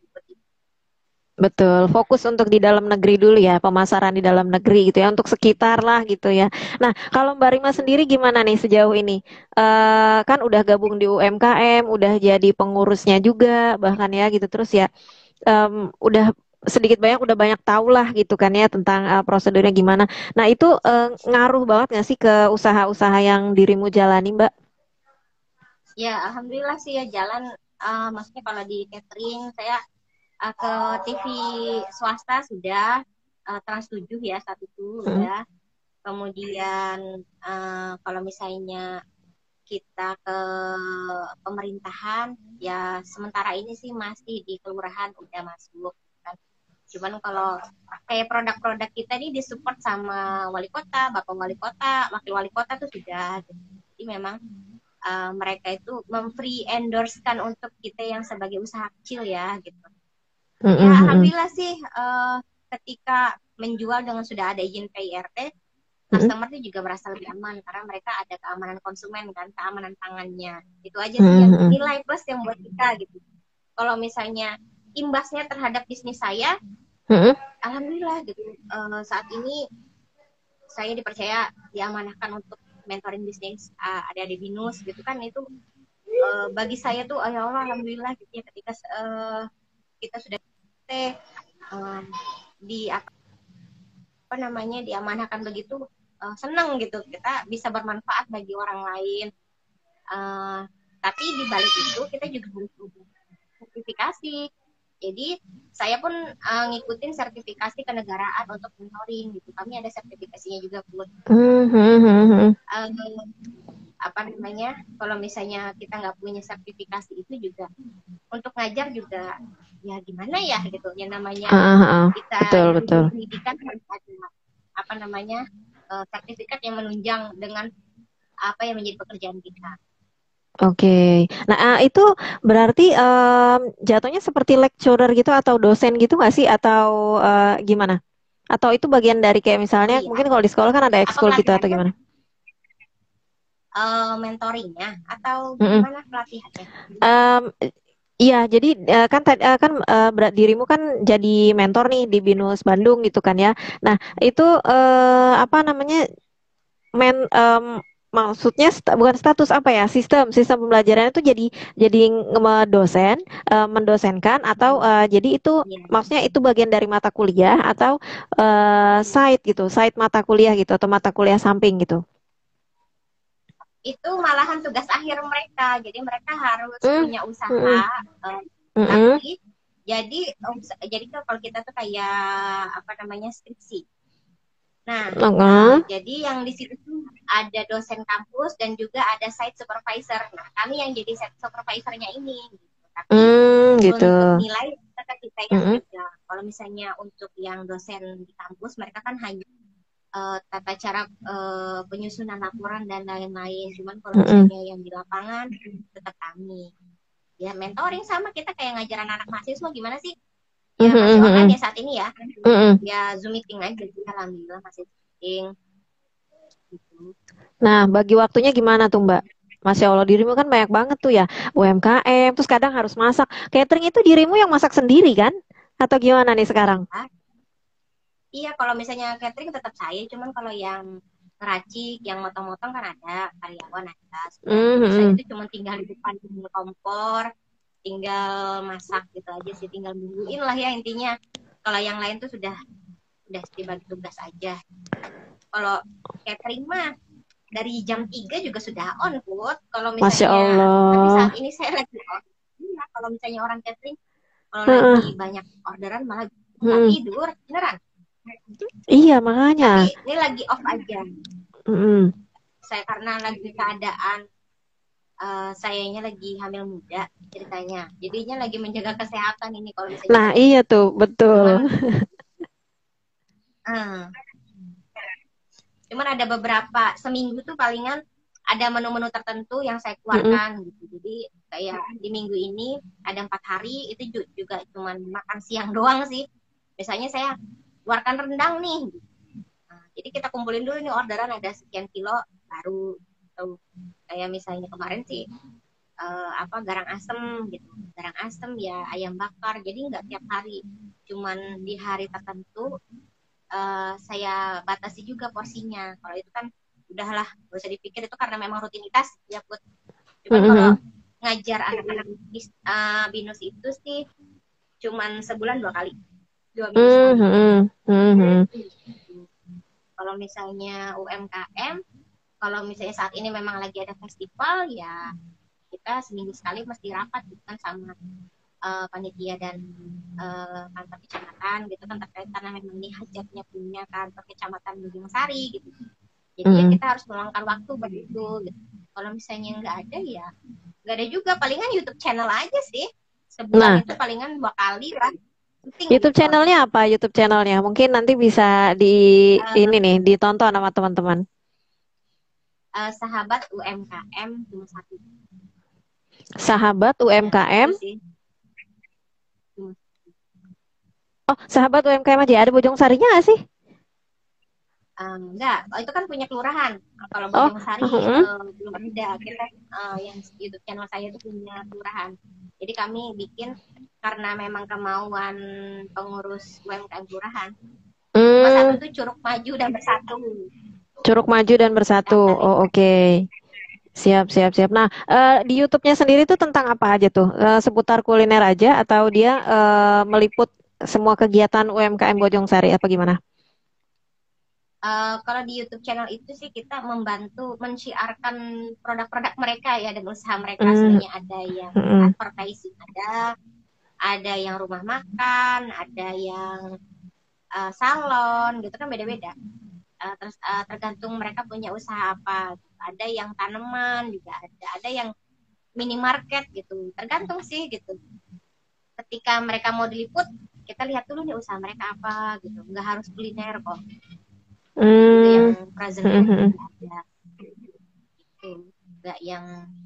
Betul, fokus untuk di dalam negeri dulu ya, pemasaran di dalam negeri gitu ya, untuk sekitar lah gitu ya. Nah, kalau Mbak Rima sendiri gimana nih sejauh ini? Kan udah gabung di UMKM, udah jadi pengurusnya juga, bahkan ya gitu terus ya, udah sedikit banyak udah banyak tahu lah gitu kan ya tentang prosedurnya gimana. Nah, itu ngaruh banget nggak sih ke usaha-usaha yang dirimu jalani, Mbak? Ya alhamdulillah sih ya jalan. Maksudnya kalau di catering saya ke TV swasta sudah, Trans 7 ya saat itu Mm, udah. Kemudian kalau misalnya kita ke pemerintahan, ya sementara ini sih masih di kelurahan udah masuk kan. Cuman kalau kayak produk-produk kita nih disupport sama wali kota, bapak wali kota, wakil wali kota tuh sudah. Jadi memang mereka itu memfree endorsekan untuk kita yang sebagai usaha kecil ya gitu. mm, Ya mm, mm, alhamdulillah sih ketika menjual dengan sudah ada izin PIRT, mm, customer itu juga merasa lebih aman karena mereka ada keamanan konsumen kan, keamanan pangannya. Itu aja mm, sih yang mm, mm, nilai plus yang buat kita gitu. Kalau misalnya imbasnya terhadap bisnis saya, mm, mm. alhamdulillah gitu. Saat ini saya dipercaya, diamanahkan untuk mentoring bisnis ada di binus gitu kan, itu bagi saya tuh ya Allah alhamdulillah gitu ya, ketika kita sudah di apa namanya diamanahkan begitu, senang gitu kita bisa bermanfaat bagi orang lain. uh, tapi di balik itu kita juga harus sertifikasi. Jadi saya pun ngikutin sertifikasi kenegaraan untuk mentoring gitu, kami ada sertifikasinya juga buat Mm, mm, mm, mm. apa namanya, kalau misalnya kita nggak punya sertifikasi itu juga untuk ngajar juga ya gimana ya gitu, yang namanya Ah, ah, ah. kita Betul di betul. dunia pendidikan harus ada apa namanya sertifikat yang menunjang dengan apa yang menjadi pekerjaan kita. Oke. Nah, itu berarti jatuhnya seperti lecturer gitu atau dosen gitu nggak sih? Atau gimana? Atau itu bagian dari kayak misalnya Iya, mungkin kalau di sekolah kan ada apa ekskul gitu atau pelatihannya, gimana? mentoringnya atau Mm-mm. gimana pelatihannya? Em, iya, jadi kan kan dirimu kan jadi mentor nih di Binus Bandung gitu kan ya. Nah, itu apa namanya maksudnya bukan status apa ya sistem sistem pembelajaran itu jadi dosen mendosenkan atau Hmm, jadi itu iya. maksudnya itu bagian dari mata kuliah atau side gitu side mata kuliah gitu atau mata kuliah samping gitu. itu malahan tugas akhir mereka. Jadi mereka harus Mm, punya usaha mm, mm, tapi jadi kalau kita tuh kayak apa namanya skripsi. Nah, jadi yang di situ tuh ada dosen kampus dan juga ada site supervisor. Nah, kami yang jadi site supervisornya ini. Gitu. Tapi gitu. untuk nilai kita yang Mm, pegang. Kalau misalnya untuk yang dosen di kampus, mereka kan hanya tata cara penyusunan laporan dan lain-lain. Cuman kalau misalnya yang di lapangan, tetap kami. Ya, mentoring sama kita kayak ngajaran anak mahasiswa gimana sih? Ya masih online ya saat ini ya. Ya Zoom meeting aja sih, alhamdulillah masih meeting. Gitu. Nah, bagi waktunya gimana tuh Mbak? Masya Allah, dirimu kan banyak banget tuh ya, UMKM, terus kadang harus masak. Catering itu dirimu yang masak sendiri kan? Atau gimana nih sekarang? Iya, kalau misalnya catering tetap saya, cuman kalau yang ngeracik, yang motong-motong kan ada, karyawan ada. Jadi saya itu cuma tinggal di depan kompor, tinggal masak gitu aja sih, tinggal nungguin lah ya intinya. Kalau yang lain tuh sudah dibagi tugas aja. Kalau catering mah dari jam 3 juga sudah on, Put. Kalau Masya misalnya, tapi Allah. saat ini saya lagi on. Iya, kalau misalnya orang catering, kalau lagi banyak orderan malah nggak tidur, beneran. Iya, makanya. Tapi ini lagi off aja. Mm-mm. Saya karena lagi keadaan sayanya lagi hamil muda ceritanya. Jadinya lagi menjaga kesehatan ini kalau misalnya. Nah, iya tuh, betul. Cuman ada beberapa seminggu tuh palingan ada menu-menu tertentu yang saya keluarkan gitu. Jadi kayak di minggu ini ada 4 hari itu juga cuman makan siang doang sih. Biasanya saya keluarkan rendang nih. Nah, jadi kita kumpulin dulu nih orderan ada sekian kilo baru tuh. Kayak misalnya kemarin sih garang asem gitu. Garang asem ya ayam bakar. Jadi nggak tiap hari. Cuman di hari tertentu saya batasi juga porsinya. Kalau itu kan udahlah, gak usah dipikir itu karena memang rutinitas ya Put. Cuman kalau ngajar anak-anak binus itu sih cuman sebulan 2 kali. 2 minggu sekali. Kalau misalnya UMKM, kalau misalnya saat ini memang lagi ada festival ya kita seminggu sekali mesti rapat gitu kan sama panitia dan kantor kecamatan gitu kan terkait karena memang ini hajatnya punya kantor kecamatan Bojong Sari gitu. Jadi ya kita harus meluangkan waktu buat itu gitu. Kalau misalnya nggak ada ya nggak ada juga, palingan YouTube channel aja sih. Sebulan itu palingan 2 kali lah. YouTube channelnya apa? YouTube channelnya mungkin nanti bisa ini nih ditonton sama teman-teman. Sahabat UMKM cuma 1. Sahabat UMKM. Oh, Sahabat UMKM aja. Ada Bojong Sarinya nggak sih? Enggak, itu kan punya kelurahan. Kalau Bojong Sari belum ada. Kita yang YouTube channel saya itu punya kelurahan. Jadi kami bikin karena memang kemauan pengurus UMKM kelurahan. Cuma satu itu Curug Maju dan Bersatu. Curug Maju dan Bersatu. Oh, oke. Siap. Nah, di YouTube-nya sendiri itu tentang apa aja tuh? Seputar kuliner aja atau dia meliput semua kegiatan UMKM Bojong Sari apa gimana? Kalau di YouTube channel itu sih kita membantu mensiarkan produk-produk mereka ya dan usaha mereka. Sebenarnya ada yang advertising, ada yang rumah makan, ada yang salon, gitu kan beda-beda. Terus tergantung mereka punya usaha apa. Ada yang tanaman juga ada yang minimarket gitu. Tergantung sih gitu. Ketika mereka mau diliput, kita lihat dulu nih usaha mereka apa gitu. Nggak harus kuliner kok. Itu yang present ada gitu. Nggak yang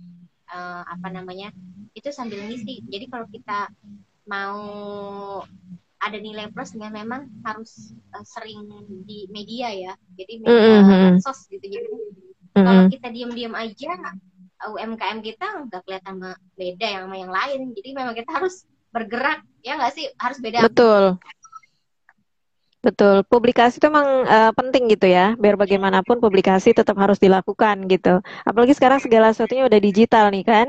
itu sambil ngisi. Jadi kalau kita mau ada nilai plusnya memang harus sering di media ya. Jadi media sos gitu. Jadi kalau kita diam-diam aja UMKM kita nggak kelihatan beda yang sama yang lain. Jadi memang kita harus bergerak ya nggak sih, harus beda. Betul, publikasi itu memang penting gitu ya, biar bagaimanapun publikasi tetap harus dilakukan gitu. Apalagi sekarang segala sesuatunya udah digital nih kan.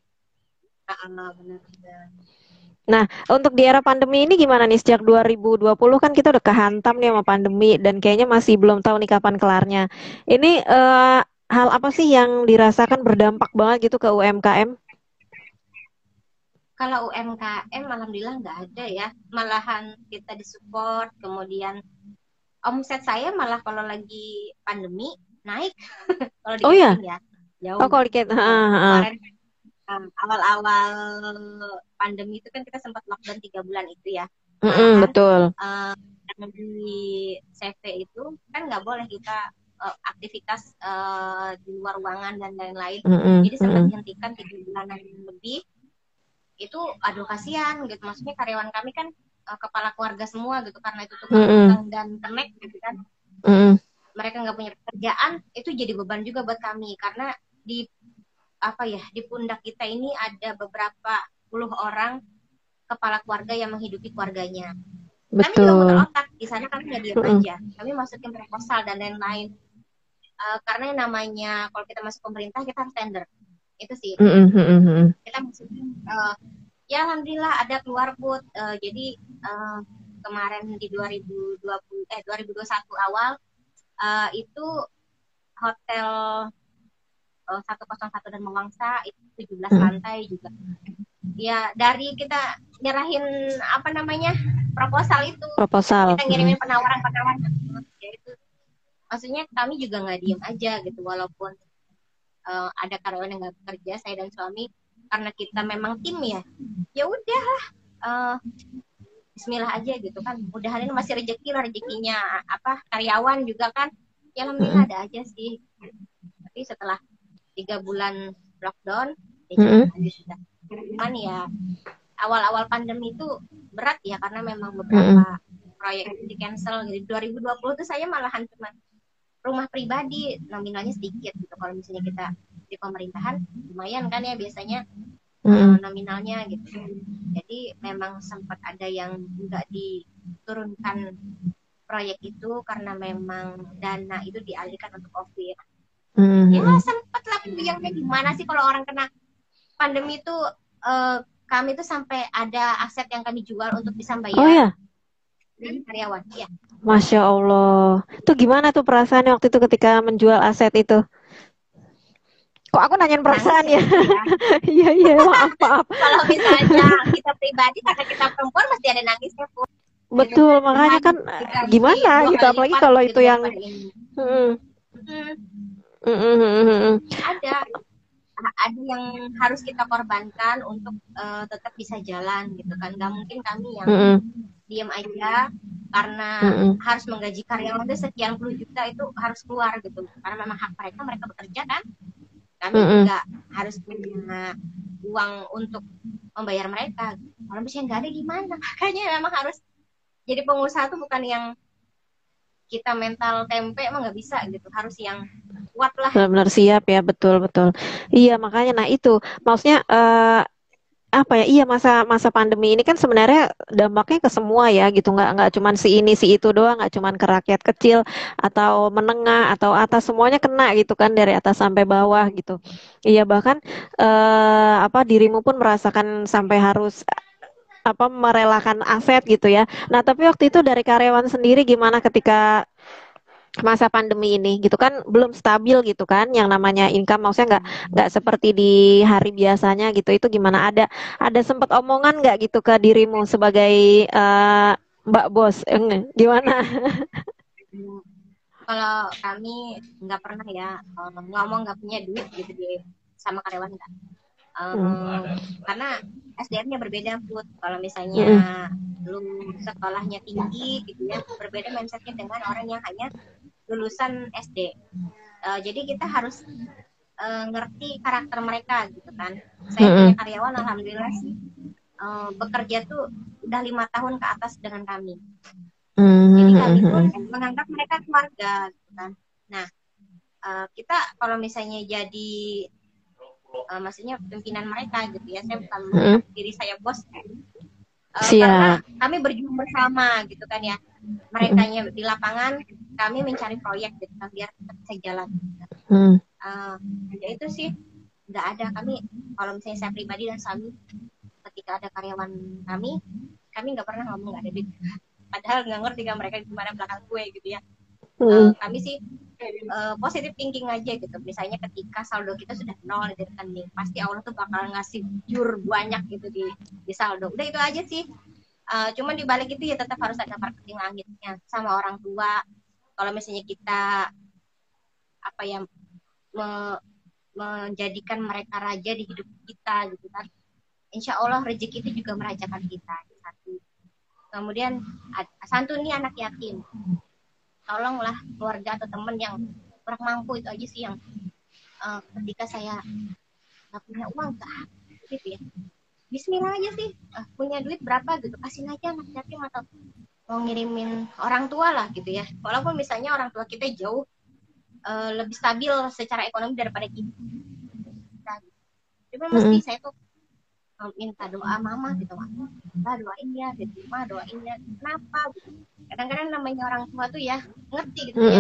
Nah, untuk di era pandemi ini gimana nih? Sejak 2020 kan kita udah kehantam nih sama pandemi dan kayaknya masih belum tahu nih kapan kelarnya. Ini hal apa sih yang dirasakan berdampak banget gitu ke UMKM? Kalau UMKM alhamdulillah nggak ada ya. Malahan kita disupport, kemudian omset saya malah kalau lagi pandemi naik kalau di Oh ya, catering ya. oh Jauh. kalau di Kemarin awal-awal pandemi itu kan kita sempat lockdown 3 bulan itu ya. Malahan betul. yang di CV itu kan nggak boleh kita aktivitas di luar ruangan dan lain-lain. Jadi sempat dihentikan 3 bulanan lebih. Itu aduh kasihan gitu. Maksudnya karyawan kami kan kepala keluarga semua gitu karena itu tukang dan kemek gitu kan. Mereka nggak punya pekerjaan, itu jadi beban juga buat kami karena di di pundak kita ini ada beberapa puluh orang kepala keluarga yang menghidupi keluarganya. Kami juga muter Betul. otak di sana, kami nggak diam aja. Kami masukin proposal dan lain-lain. Karena yang namanya kalau kita masuk pemerintah kita harus tender. Itu sih. Kita masukin ya alhamdulillah ada keluar put. Jadi kemarin di 2021 awal itu hotel 101 dan Mawangsa itu 17 lantai juga. Ya dari kita nyerahin proposal itu, kita ngirimin penawaran ya itu. Maksudnya kami juga nggak diem aja gitu, walaupun ada karyawan yang nggak bekerja, saya dan suami, karena kita memang tim ya udah Bismillah aja gitu kan. Mudahan ini masih rezekinya karyawan juga kan. Ya alhamdulillah ada aja sih. Tapi setelah 3 bulan lockdown, ya sudah. Cuman ya awal-awal pandemi itu berat ya karena memang beberapa proyek di cancel. Jadi 2020 tuh saya malahan cuma rumah pribadi, nominalnya sedikit gitu. Kalau misalnya kita di pemerintahan lumayan kan ya biasanya nominalnya gitu. Jadi memang sempat ada yang nggak diturunkan proyek itu karena memang dana itu dialihkan untuk COVID. Ya sempat lah yang gimana sih kalau orang kena pandemi itu kami tuh sampai ada aset yang kami jual untuk bisa bayar. Oh ya. Dari karyawan. Iya. Masya Allah. Itu gimana tuh perasaannya waktu itu ketika menjual aset itu? Kok aku nanyain perasaan ya? Iya iya maaf. Kalau misalnya kita pribadi karena kita perempuan mesti ada nangisnya pun. Betul, makanya kan gimana gitu, apalagi kalau itu yang ada yang harus kita korbankan untuk tetap bisa jalan gitu kan. Gak mungkin kami yang diam aja karena harus menggaji karyawan itu sekian puluh juta itu harus keluar gitu. Karena memang hak mereka bekerja kan. Kami juga harus punya uang untuk membayar mereka. Kalau misalnya nggak ada gimana? Makanya memang harus jadi pengusaha tuh bukan yang kita mental tempe emang nggak bisa gitu, harus yang kuat lah. Benar-benar siap ya, betul. Iya makanya, nah itu maksudnya iya masa pandemi ini kan sebenarnya dampaknya ke semua ya gitu, nggak cuman si ini si itu doang, nggak cuman ke rakyat kecil atau menengah atau atas, semuanya kena gitu kan dari atas sampai bawah gitu. Iya bahkan dirimu pun merasakan sampai harus merelakan aset gitu ya. Nah tapi waktu itu dari karyawan sendiri gimana ketika masa pandemi ini gitu kan, belum stabil gitu kan yang namanya income, maksudnya nggak seperti di hari biasanya gitu. Itu gimana, ada sempat omongan nggak gitu ke dirimu sebagai Mbak Bos gimana? Kalau kami nggak pernah ya ngomong nggak punya duit gitu sama karyawan enggak. Karena SDM-nya berbeda Put. Kalau misalnya lu sekolahnya tinggi gitu ya, berbeda mindsetnya dengan orang yang hanya lulusan SD. Jadi kita harus ngerti karakter mereka gitu kan. Saya punya karyawan alhamdulillah sih bekerja tuh udah 5 tahun ke atas dengan kami. Jadi kami pun menganggap mereka keluarga gitu kan. Nah kita kalau misalnya jadi maksudnya pimpinan mereka gitu ya, saya bukan menganggap diri saya bos karena kami berjuang bersama gitu kan ya. Merekanya di lapangan, kami mencari proyek gitu kan biar bisa jalan. Ya itu sih nggak ada, kami kalau misalnya saya pribadi dan suami ketika ada karyawan kami nggak pernah ngomong nggak ada duit, padahal nggak ngerti kan mereka gimana belakang gue gitu ya. Kami sih positive thinking aja gitu. Misalnya ketika saldo kita sudah nol di rekening, pasti Allah tuh bakal ngasih jur banyak gitu di saldo. Udah itu aja sih. Cuman di balik itu ya tetap harus ada marketing langitnya sama orang tua. Kalau misalnya kita apa ya menjadikan mereka raja di hidup kita gitu kan, insya Allah rezeki itu juga merajakan kita. Satu. Kemudian santuni anak yatim. Tolonglah keluarga atau teman yang kurang mampu, itu aja sih yang ketika saya nggak punya uang gitu ya, Bismillah aja sih, punya duit berapa gitu kasih aja anak yatim atau mau ngirimin orang tua lah gitu ya, walaupun misalnya orang tua kita jauh lebih stabil secara ekonomi daripada kita. Tapi mesti saya tuh minta doa mama gitu, mama doain ya, gitu, mama doain ya. Kenapa? Gitu. Kadang-kadang namanya orang tua tuh ya ngerti gitu ya.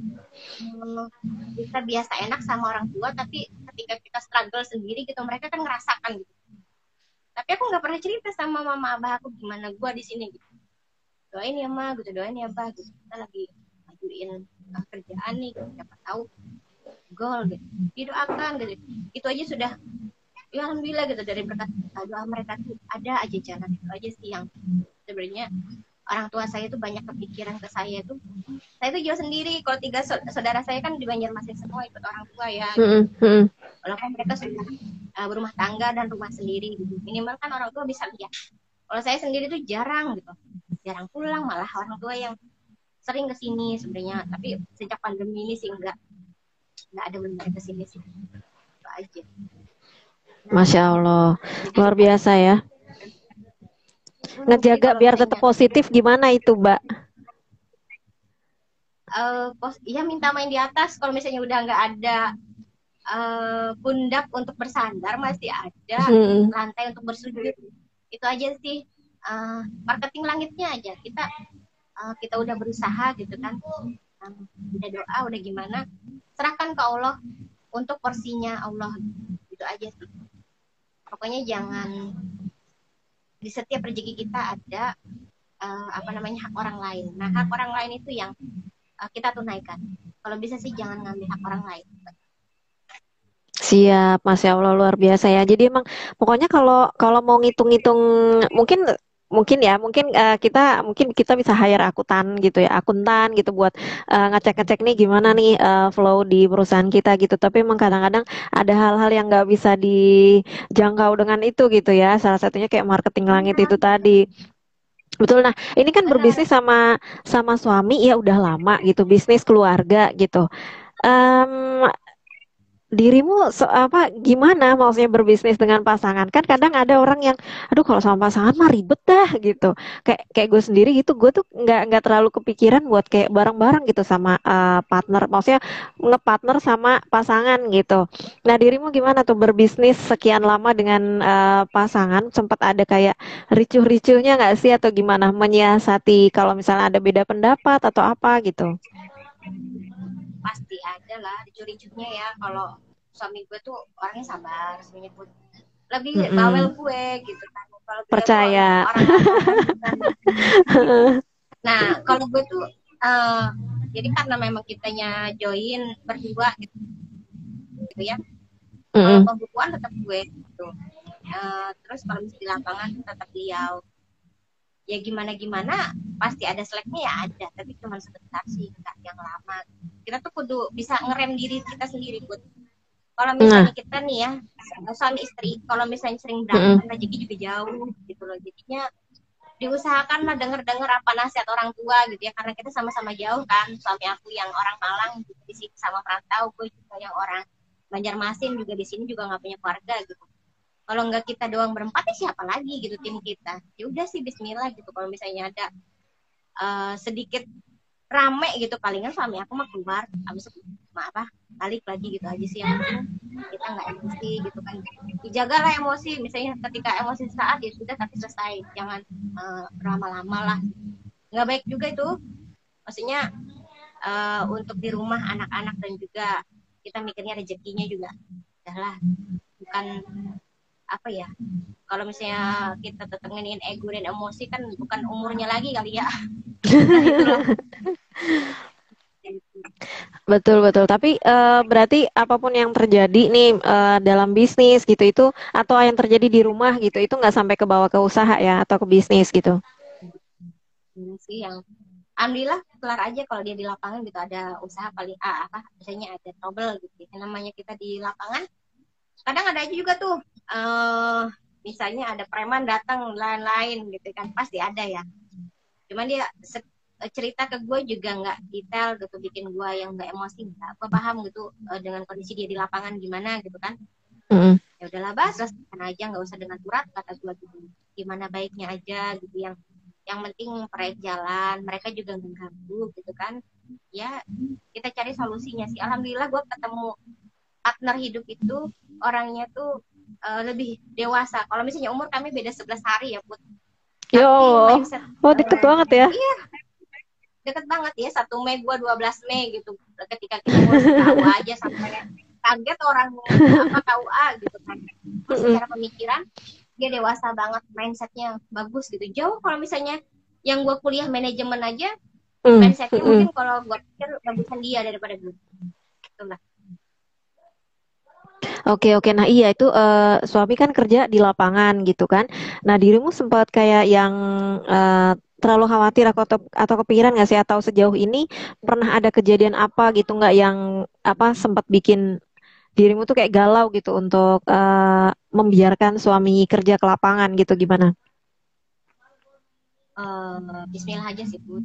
Kita biasa enak sama orang tua, tapi ketika kita struggle sendiri gitu, mereka kan ngerasakan gitu. Tapi aku nggak pernah cerita sama mama abah aku gimana gue di sini gitu. Doain ya ma, gitu, doain ya abah, gitu. Kita lagi majuin kerjaan nih, gitu. Siapa tahu goal gitu. Didoakan gitu. Itu aja sudah ya alhamdulillah gitu, dari berkat doa mereka tuh ada aja jalan. Itu aja sih yang sebenarnya orang tua saya tuh banyak kepikiran ke saya tuh. Saya tuh jauh sendiri. Kalau 3 saudara saya kan di Banjarmasin semua ikut orang tua ya. Gitu. Walaupun mereka sudah berumah tangga dan rumah sendiri gitu. Minimal kan orang tua bisa lihat. Kalau saya sendiri tuh jarang gitu. Jarang pulang, malah orang tua yang sering kesini sebenarnya. Tapi sejak pandemi ini sih enggak ada benar kesini sih. Itu aja. Masya Allah, luar biasa ya. Ngejaga biar tetap positif gimana itu, Mbak? Ya minta main di atas. Kalau misalnya udah nggak ada pundak untuk bersandar, masih ada lantai untuk bersujud. Itu aja sih. Marketing langitnya aja. Kita udah berusaha gitu kan. Udah doa, udah gimana. Serahkan ke Allah untuk porsinya Allah. Itu aja sih. Pokoknya jangan di setiap rezeki kita ada hak orang lain. Nah, hak orang lain itu yang kita tunaikan. Kalau bisa sih jangan ngambil hak orang lain. Siap, Masya Allah, luar biasa ya. Jadi emang pokoknya kalau mau ngitung-ngitung mungkin kita bisa hire akuntan gitu buat ngecek-ngecek nih gimana nih flow di perusahaan kita gitu. Tapi emang kadang-kadang ada hal-hal yang nggak bisa dijangkau dengan itu gitu ya. Salah satunya kayak marketing langit itu tadi. Betul. Nah, ini kan berbisnis sama suami ya udah lama gitu, bisnis keluarga gitu. Dirimu gimana maksudnya berbisnis dengan pasangan? Kan kadang ada orang yang aduh kalau sama pasangan mah ribet dah gitu, kayak gue sendiri gitu, gue tuh nggak terlalu kepikiran buat kayak bareng-bareng gitu sama partner, maksudnya ngepartner sama pasangan gitu. Nah, dirimu gimana tuh berbisnis sekian lama dengan pasangan, sempat ada kayak ricuh-ricuhnya nggak sih, atau gimana menyiasati kalau misalnya ada beda pendapat atau apa gitu? Pasti ada lah ricuh-ricuhnya ya. Kalau suami gue tuh orangnya sabar, menyebut lebih bawel gue gitu kan. Kalau gue Percaya. tuh orang nah, kalau gue tuh jadi karena memang kitanya join berdua gitu ya. Kalau pembukuan tetap gue gitu. Terus kalau misalnya di lapangan tetap beliau. Ya gimana pasti ada seleknya ya ada, tapi cuma sebentar sih, nggak yang lama. Kita tuh kudu bisa ngerem diri kita sendiri, Bud. Kalau misalnya kita nih ya suami istri, kalau misalnya sering berantem rezeki juga jauh gitu loh. Jadinya diusahakan lah denger apa nasihat orang tua gitu ya, karena kita sama-sama jauh kan. Suami aku yang orang Malang gitu, di sini sama perantau, gue juga yang orang Banjarmasin juga di sini juga nggak punya keluarga gitu. Kalau nggak kita doang berempat ya siapa lagi gitu tim kita. Ya udah sih Bismillah gitu. Kalau misalnya ada sedikit rame gitu, palingan suami aku mah keluar habis balik lagi gitu aja sih. Yang penting kita nggak emosi gitu kan. Dijagalah emosi. Misalnya ketika emosi saat ya sudah, tapi selesai. Jangan lama-lama lah. Nggak baik juga itu. Maksudnya untuk di rumah anak-anak dan juga kita mikirnya rezekinya juga udahlah, bukan apa ya, kalau misalnya kita tetap nginin ego dan emosi kan bukan umurnya lagi kali ya. Nah, itulah. Betul betul. Tapi berarti apapun yang terjadi nih dalam bisnis gitu itu atau yang terjadi di rumah gitu itu nggak sampai ke bawah ke usaha ya atau ke bisnis gitu. Ini sih yang alhamdulillah kelar aja kalau dia di lapangan gitu ada usaha paling apa misalnya ada trouble gitu. Yang namanya kita di lapangan kadang ada aja juga tuh misalnya ada preman datang lain-lain gitu kan pasti ada ya. Cuman dia cerita ke gue juga nggak detail gitu bikin gue yang nggak emosi nggak gue paham gitu dengan kondisi dia di lapangan gimana gitu kan Mm-mm. ya udahlah bahas selesaikan aja nggak usah dengan surat kata gue gitu gimana baiknya aja gitu yang penting proyek jalan mereka juga nggak ganggu gitu kan ya kita cari solusinya sih alhamdulillah gue ketemu partner hidup itu orangnya tuh lebih dewasa kalau misalnya umur kami beda 11 hari ya Put Ya tapi Allah. mindset Oh deket banget ya. iya deket banget ya 1 Mei gue 12 Mei gitu ketika kita ngurus KUA aja sampai kaget orang apa KUA gitu kan terus Mm-mm. secara pemikiran dia dewasa banget mindsetnya bagus gitu jauh kalau misalnya yang gue kuliah manajemen aja Mm, mindsetnya mm-mm. mungkin kalau gue pikir bagusan dia daripada gue itulah. Oke oke. Nah iya itu suami kan kerja di lapangan gitu kan. Nah dirimu sempat kayak yang terlalu khawatir atau kepikiran nggak sih atau sejauh ini pernah ada kejadian apa gitu nggak yang apa sempat bikin dirimu tuh kayak galau gitu untuk membiarkan suami kerja ke lapangan gitu gimana? Bismillah aja sih Bud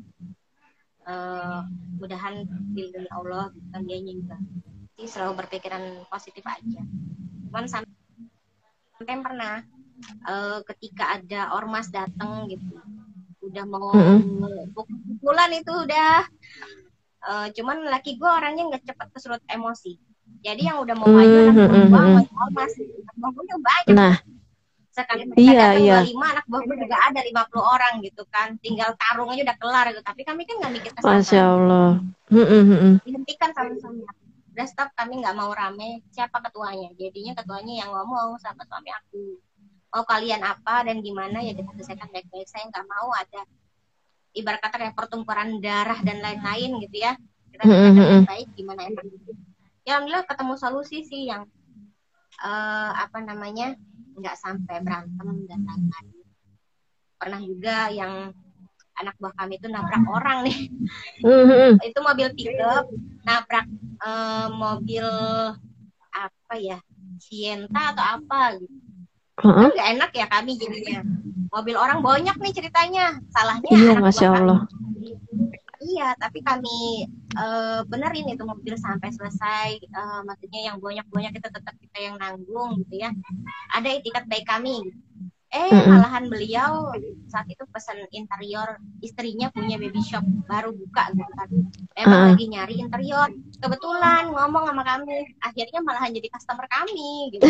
mudahan pilih Allah gitu kan dia juga sih selalu berpikiran positif aja cuman sampai pernah ketika ada ormas datang gitu udah mau Mm-mm. pukulan itu udah cuman laki gue orangnya nggak cepet kesurut emosi jadi yang udah mau maju Mm, anak mm, buah mm, gue mm. masih ormas anak buah gue banyak Nah, tuh sekali mereka iya datang iya, 25 anak buah gue juga ada 50 orang gitu kan tinggal tarung aja udah kelar gitu tapi kami kan nggak mikir ke Masya sana Allah. Mm-mm, mm-mm. dihentikan sama suami aku udah stop kami nggak mau rame siapa ketuanya jadinya ketuanya yang ngomong sama suami aku mau kalian apa dan gimana ya kita selesaikan baik-baik saya nggak mau ada ibarat kata kayak pertumpahan darah dan lain-lain gitu ya kita Mm-mm, selesaikan mm-mm. baik-baik gimana enak ya alhamdulillah ketemu solusi sih yang apa namanya nggak sampai berantem dan lain-lain pernah juga yang anak buah kami itu nabrak orang nih Mm-mm. itu mobil pickup nabrak mobil apa ya Sienta atau apa gitu kan Mm-mm. nggak enak ya kami jadinya mobil orang banyak nih ceritanya salahnya Iya, anak Masya buah kami Allah. iya tapi kami benerin itu mobil sampai selesai maksudnya yang banyak itu tetap kita yang nanggung gitu ya ada itikat baik kami gitu. Mm-mm. Malahan beliau saat itu pesan interior istrinya punya baby shop baru buka gitu kan memang Ah. lagi nyari interior kebetulan ngomong sama kami akhirnya malahan jadi customer kami gitu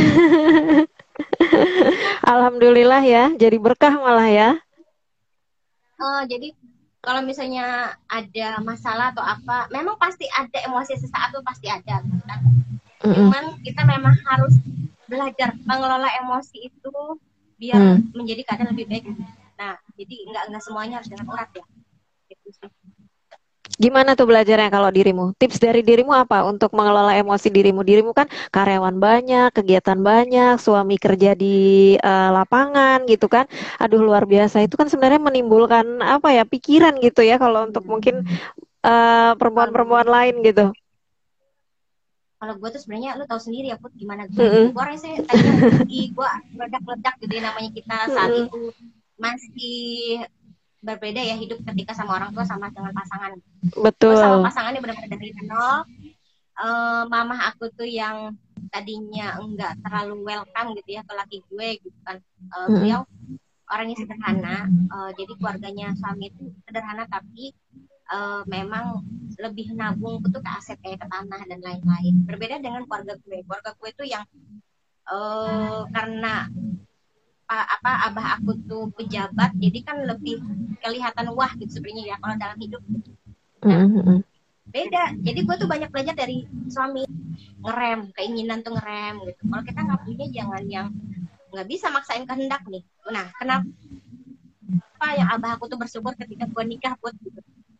Alhamdulillah ya, jadi berkah malah ya. jadi kalau misalnya ada masalah atau apa memang pasti ada emosi sesaat tuh pasti ada gitu kan Mm-mm. cuman kita memang harus belajar mengelola emosi itu biar Mm. menjadi keadaan lebih baik nah jadi nggak semuanya harus dengan urat ya gitu sih. Gimana tuh belajarnya kalau dirimu? Tips dari dirimu apa untuk mengelola emosi dirimu? Dirimu kan karyawan banyak, kegiatan banyak, suami kerja di lapangan gitu kan. Aduh luar biasa. Itu kan sebenarnya menimbulkan apa ya pikiran gitu ya kalau untuk Iya. mungkin Kalau perempuan-perempuan lain gitu. kalau gue tuh sebenarnya lu tahu sendiri ya Put gimana gue gitu Mm-mm. gue orangnya sih tadinya energi gue meledak-ledak gitu ya namanya kita saat Mm-mm. itu masih berbeda ya hidup ketika sama orang tua sama dengan pasangan gue sama Betul. pasangannya benar-benar dari nol mamah aku tuh yang tadinya enggak terlalu welcome gitu ya ke laki gue gitu kan Mm-mm. beliau orangnya sederhana jadi keluarganya suami itu sederhana tapi memang lebih nabung tuh ke aset kayak ke tanah dan lain-lain berbeda dengan keluarga gue tuh yang karena apa abah aku tuh pejabat jadi kan lebih kelihatan wah gitu sebenarnya ya kalau dalam hidup nah Mm-mm. beda jadi gue tuh banyak belajar dari suami ngerem keinginan tuh ngerem gitu kalau kita nggak punya jangan yang nggak bisa maksain kehendak nih nah kenapa yang abah aku tuh bersyukur ketika gue nikah buat gitu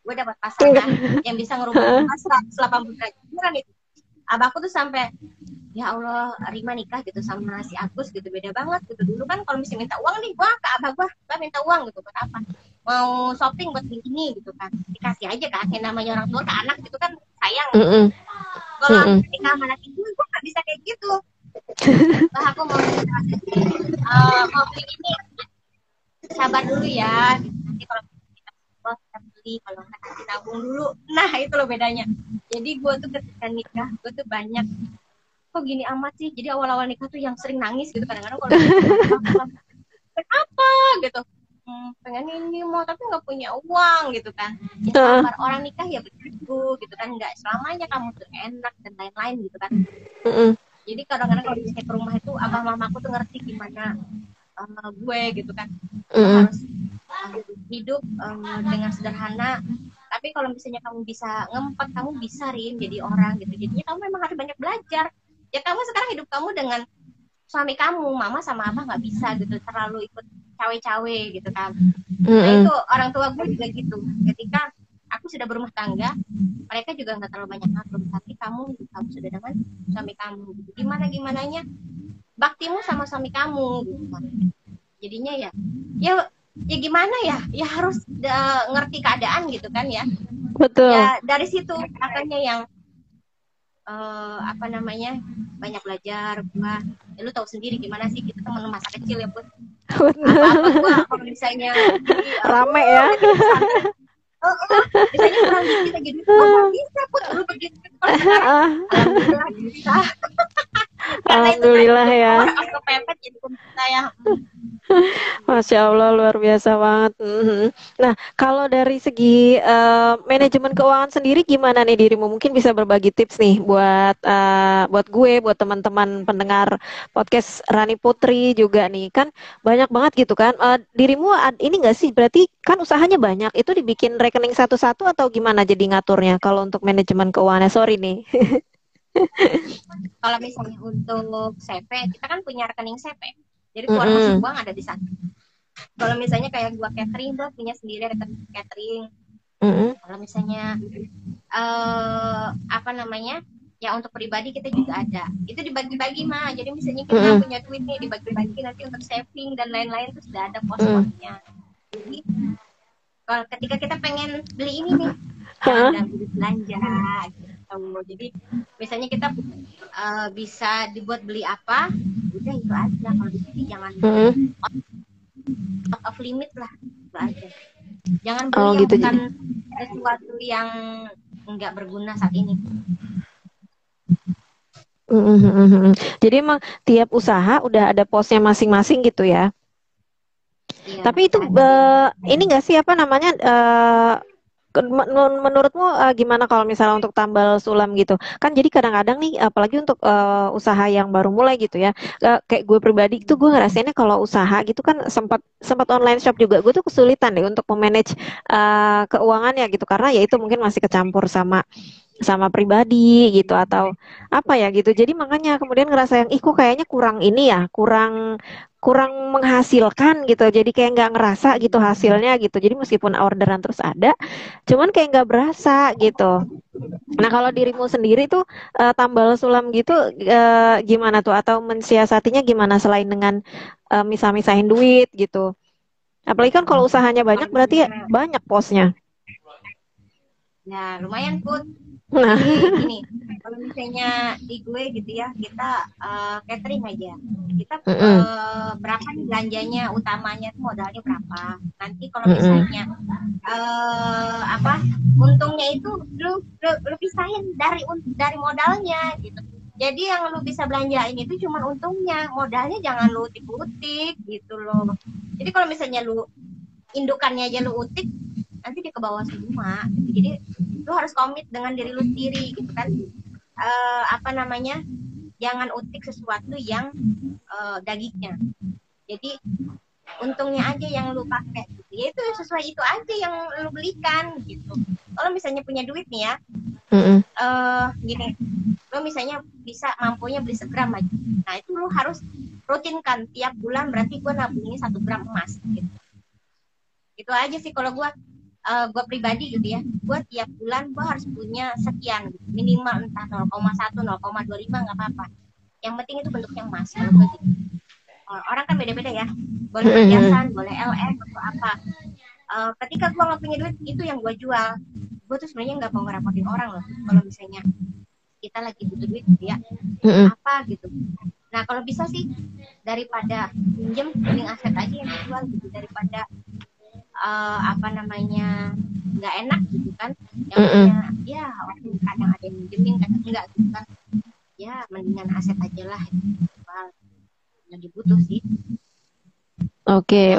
gue dapat pasangan yang bisa ngerubah 180 derajat. Beneran itu. Abahku tuh sampai, ya Allah, Rima nikah gitu sama si Agus gitu, beda banget gitu. Dulu kan kalau misalnya minta uang nih, gue ke abah gue minta uang gitu, buat apa? Mau shopping buat beli ini gitu kan, dikasih aja kan, yang namanya orang tua ke anak gitu kan, sayang. Kalau aku nikah sama anak itu, gue gak bisa kayak gitu. Bah, aku mau beli ini, sabar dulu ya. Nanti kalau kita beli, kalau nggak kita nabung dulu. Nah itu loh bedanya. Jadi gue tuh ketika nikah, gue tuh banyak kok gini amat sih. Jadi awal-awal nikah tuh yang sering nangis gitu kadang-kadang kalau kenapa gitu. Pengen ini mau tapi nggak punya uang gitu kan. Ya sabar, orang nikah ya begitu gitu kan, nggak selamanya kamu tuh enak dan lain-lain gitu kan. Jadi kadang-kadang kalau misalnya ke rumah itu abah mamaku tuh ngerti gimana gue gitu kan. Harus hidup dengan sederhana. Tapi kalau misalnya kamu bisa ngempet, kamu bisa Rin jadi orang gitu. Jadinya kamu memang harus banyak belajar. Ya kamu sekarang hidup kamu dengan suami kamu, mama sama abah nggak bisa gitu terlalu ikut cawe-cawe gitu kan. Nah itu orang tua gue juga gitu. Ketika aku sudah berumah tangga, mereka juga nggak terlalu banyak ngatur. Tapi kamu sudah dengan suami kamu. Gitu. Gimananya baktimu sama suami kamu gitu kan. Jadinya ya gimana ya? Ya harus ngerti keadaan gitu kan ya. Betul. Ya dari situ makanya yang banyak belajar. Gua lu tahu sendiri gimana sih kita teman masa kecil ya Put. Apa-apa gua kalau misalnya rame ya. Misalnya kurang dikit aja duit gua bisa Put lu begitu. Alhamdulillah bisa. Alhamdulillah ya. Orang kepepet jadi saya. Masya Allah, luar biasa banget. Nah, kalau dari segi manajemen keuangan sendiri gimana nih dirimu? Mungkin bisa berbagi tips nih buat gue, buat teman-teman pendengar podcast Rani Putri juga nih. Kan banyak banget gitu kan. Dirimu ini nggak sih? Berarti kan usahanya banyak. Itu dibikin rekening satu-satu atau gimana jadi ngaturnya kalau untuk manajemen keuangannya? Sorry nih. Kalau misalnya untuk CP, kita kan punya rekening CP. Jadi keluar masuk uang ada di sana. Kalau misalnya kayak gua catering, gua punya sendiri rekening catering. Kalau misalnya ya untuk pribadi kita juga ada. Itu dibagi-bagi mah. Jadi misalnya kita punya duit nih dibagi-bagi nanti untuk saving dan lain-lain itu sudah ada pos-posnya. Jadi kalau ketika kita pengen beli ini nih, ada duit belanja gitu. Jadi misalnya kita bisa dibuat beli apa, udah itu aja. Kalau di sini jangan out of limit lah, itu aja. Jangan beli yang gitu, bukan sesuatu yang nggak berguna saat ini. Jadi emang tiap usaha udah ada posnya masing-masing gitu ya. Iya, tapi itu ini nggak sih apa namanya? Menurutmu gimana kalau misalnya untuk tambal sulam gitu? Kan jadi kadang-kadang nih, apalagi untuk usaha yang baru mulai gitu ya, kayak gue pribadi itu gue ngerasainnya kalau usaha gitu kan sempat online shop juga, gue tuh kesulitan deh untuk memanage keuangannya gitu, karena ya itu mungkin masih kecampur sama pribadi gitu atau apa ya gitu. Jadi makanya kemudian ngerasa yang kok kayaknya kurang ini ya, kurang menghasilkan gitu. Jadi kayak nggak ngerasa gitu hasilnya gitu. Jadi meskipun orderan terus ada, cuman kayak nggak berasa gitu. Nah kalau dirimu sendiri tuh tambal sulam gitu gimana tuh, atau mensiasatinya gimana selain dengan misah-misahin duit gitu? Apalagi kan kalau usahanya banyak berarti banyak posnya. Nah lumayan Put. Jadi gini, kalau misalnya di gue gitu ya, kita catering aja. Kita berapa nih belanjanya, utamanya tuh modalnya berapa. Nanti kalau misalnya untungnya itu lu pisahin dari modalnya gitu. Jadi yang lu bisa belanjain itu cuma untungnya, modalnya jangan lu utik-utik gitu loh. Jadi kalau misalnya lu indukannya aja lu utik, nanti dia ke bawah semua gitu. Jadi lu harus komit dengan diri lu sendiri gitu kan. Jangan utik sesuatu yang dagingnya. Jadi untungnya aja yang lu pakai gitu. Ya itu sesuai itu aja yang lu belikan gitu. Kalau misalnya punya duit nih ya, gini, lu misalnya bisa mampunya beli 1 gram aja. Nah itu lu harus rutinkan tiap bulan, berarti gue nabungnya 1 gram emas gitu. Itu aja sih kalau gue. gue pribadi gitu ya, gue tiap bulan gue harus punya sekian gitu. Minimal entah 0,1 0,25 nggak apa-apa, yang penting itu bentuknya emas. Kalau gue gitu, orang kan beda-beda ya, boleh perhiasan, boleh LM atau apa. Ketika gue nggak punya duit, itu yang gue jual. Gue tuh sebenarnya nggak mau ngerapotin orang loh kalau misalnya kita lagi butuh duit gitu ya, apa gitu. Nah kalau bisa sih daripada pinjem, mending aset aja yang dijual gitu, daripada apa namanya nggak enak gitu kan, yang punya ya waktu kadang ada yang minjemin kadang enggak gitu kan, ya mendingan aset aja lah jual, lagi butuh sih. Oke.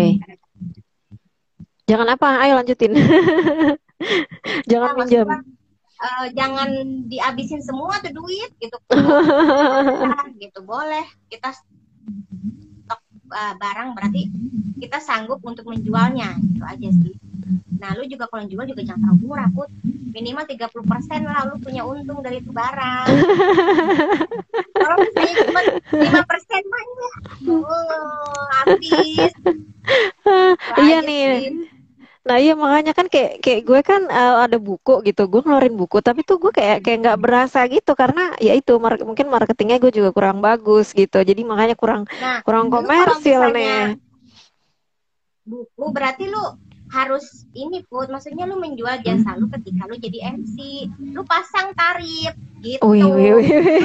Jangan apa? Ayo lanjutin. Jangan Nah, minjam. Jangan dihabisin semua tuh duit gitu. Gitu boleh kita stok barang, berarti kita sanggup untuk menjualnya, gitu aja sih. Nah lu juga kalau jual juga jangan terlalu murah Put, minimal 30% lah lu punya untung dari itu barang. Kalau misalnya cuma 5% mah ya habis. Iya nih. Nah iya makanya kan kayak gue kan ada buku gitu, gue ngeluarin buku, tapi tuh gue kayak nggak berasa gitu karena ya itu mungkin marketingnya gue juga kurang bagus gitu, jadi makanya kurang komersil nih. Buku berarti lu harus ini Put, maksudnya lu menjual jasa lu ketika lu jadi MC, lu pasang tarif gitu. Lu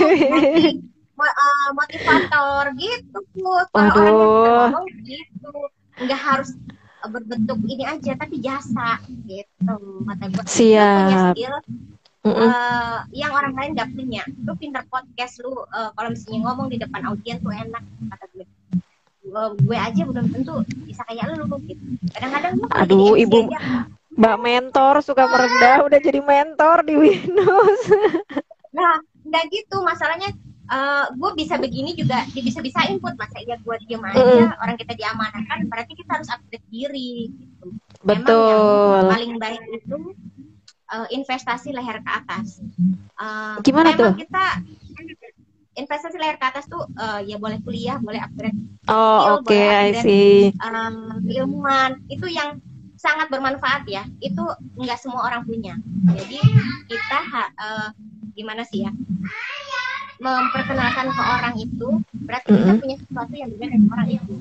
motivator gitu Put. Kalau orang yang kita ngomong gitu, nggak harus berbentuk ini aja tapi jasa gitu kata gue. Lu punya skill yang orang lain nggak punya, lu pinter podcast, lu kalau misalnya ngomong di depan audiens tuh enak kata gue aja belum tentu bisa kayak lu gitu. Kadang-kadang gue aduh ibu aja, Mbak mentor suka merendah udah jadi mentor di Windows. Nah nggak gitu masalahnya, gue bisa begini juga bisa input, masa iya gue diem aja, orang kita diamanahkan berarti kita harus update diri gitu. Betul. Memang yang paling baik itu investasi leher ke atas. Gimana tuh? Kita investasi leher ke atas tuh ya boleh kuliah, boleh upgrade skill, boleh upgrade keilmuan, itu yang sangat bermanfaat ya. Itu nggak semua orang punya. Jadi kita gimana sih ya, memperkenalkan ke orang itu berarti kita punya sesuatu yang berbeda dengan orang itu.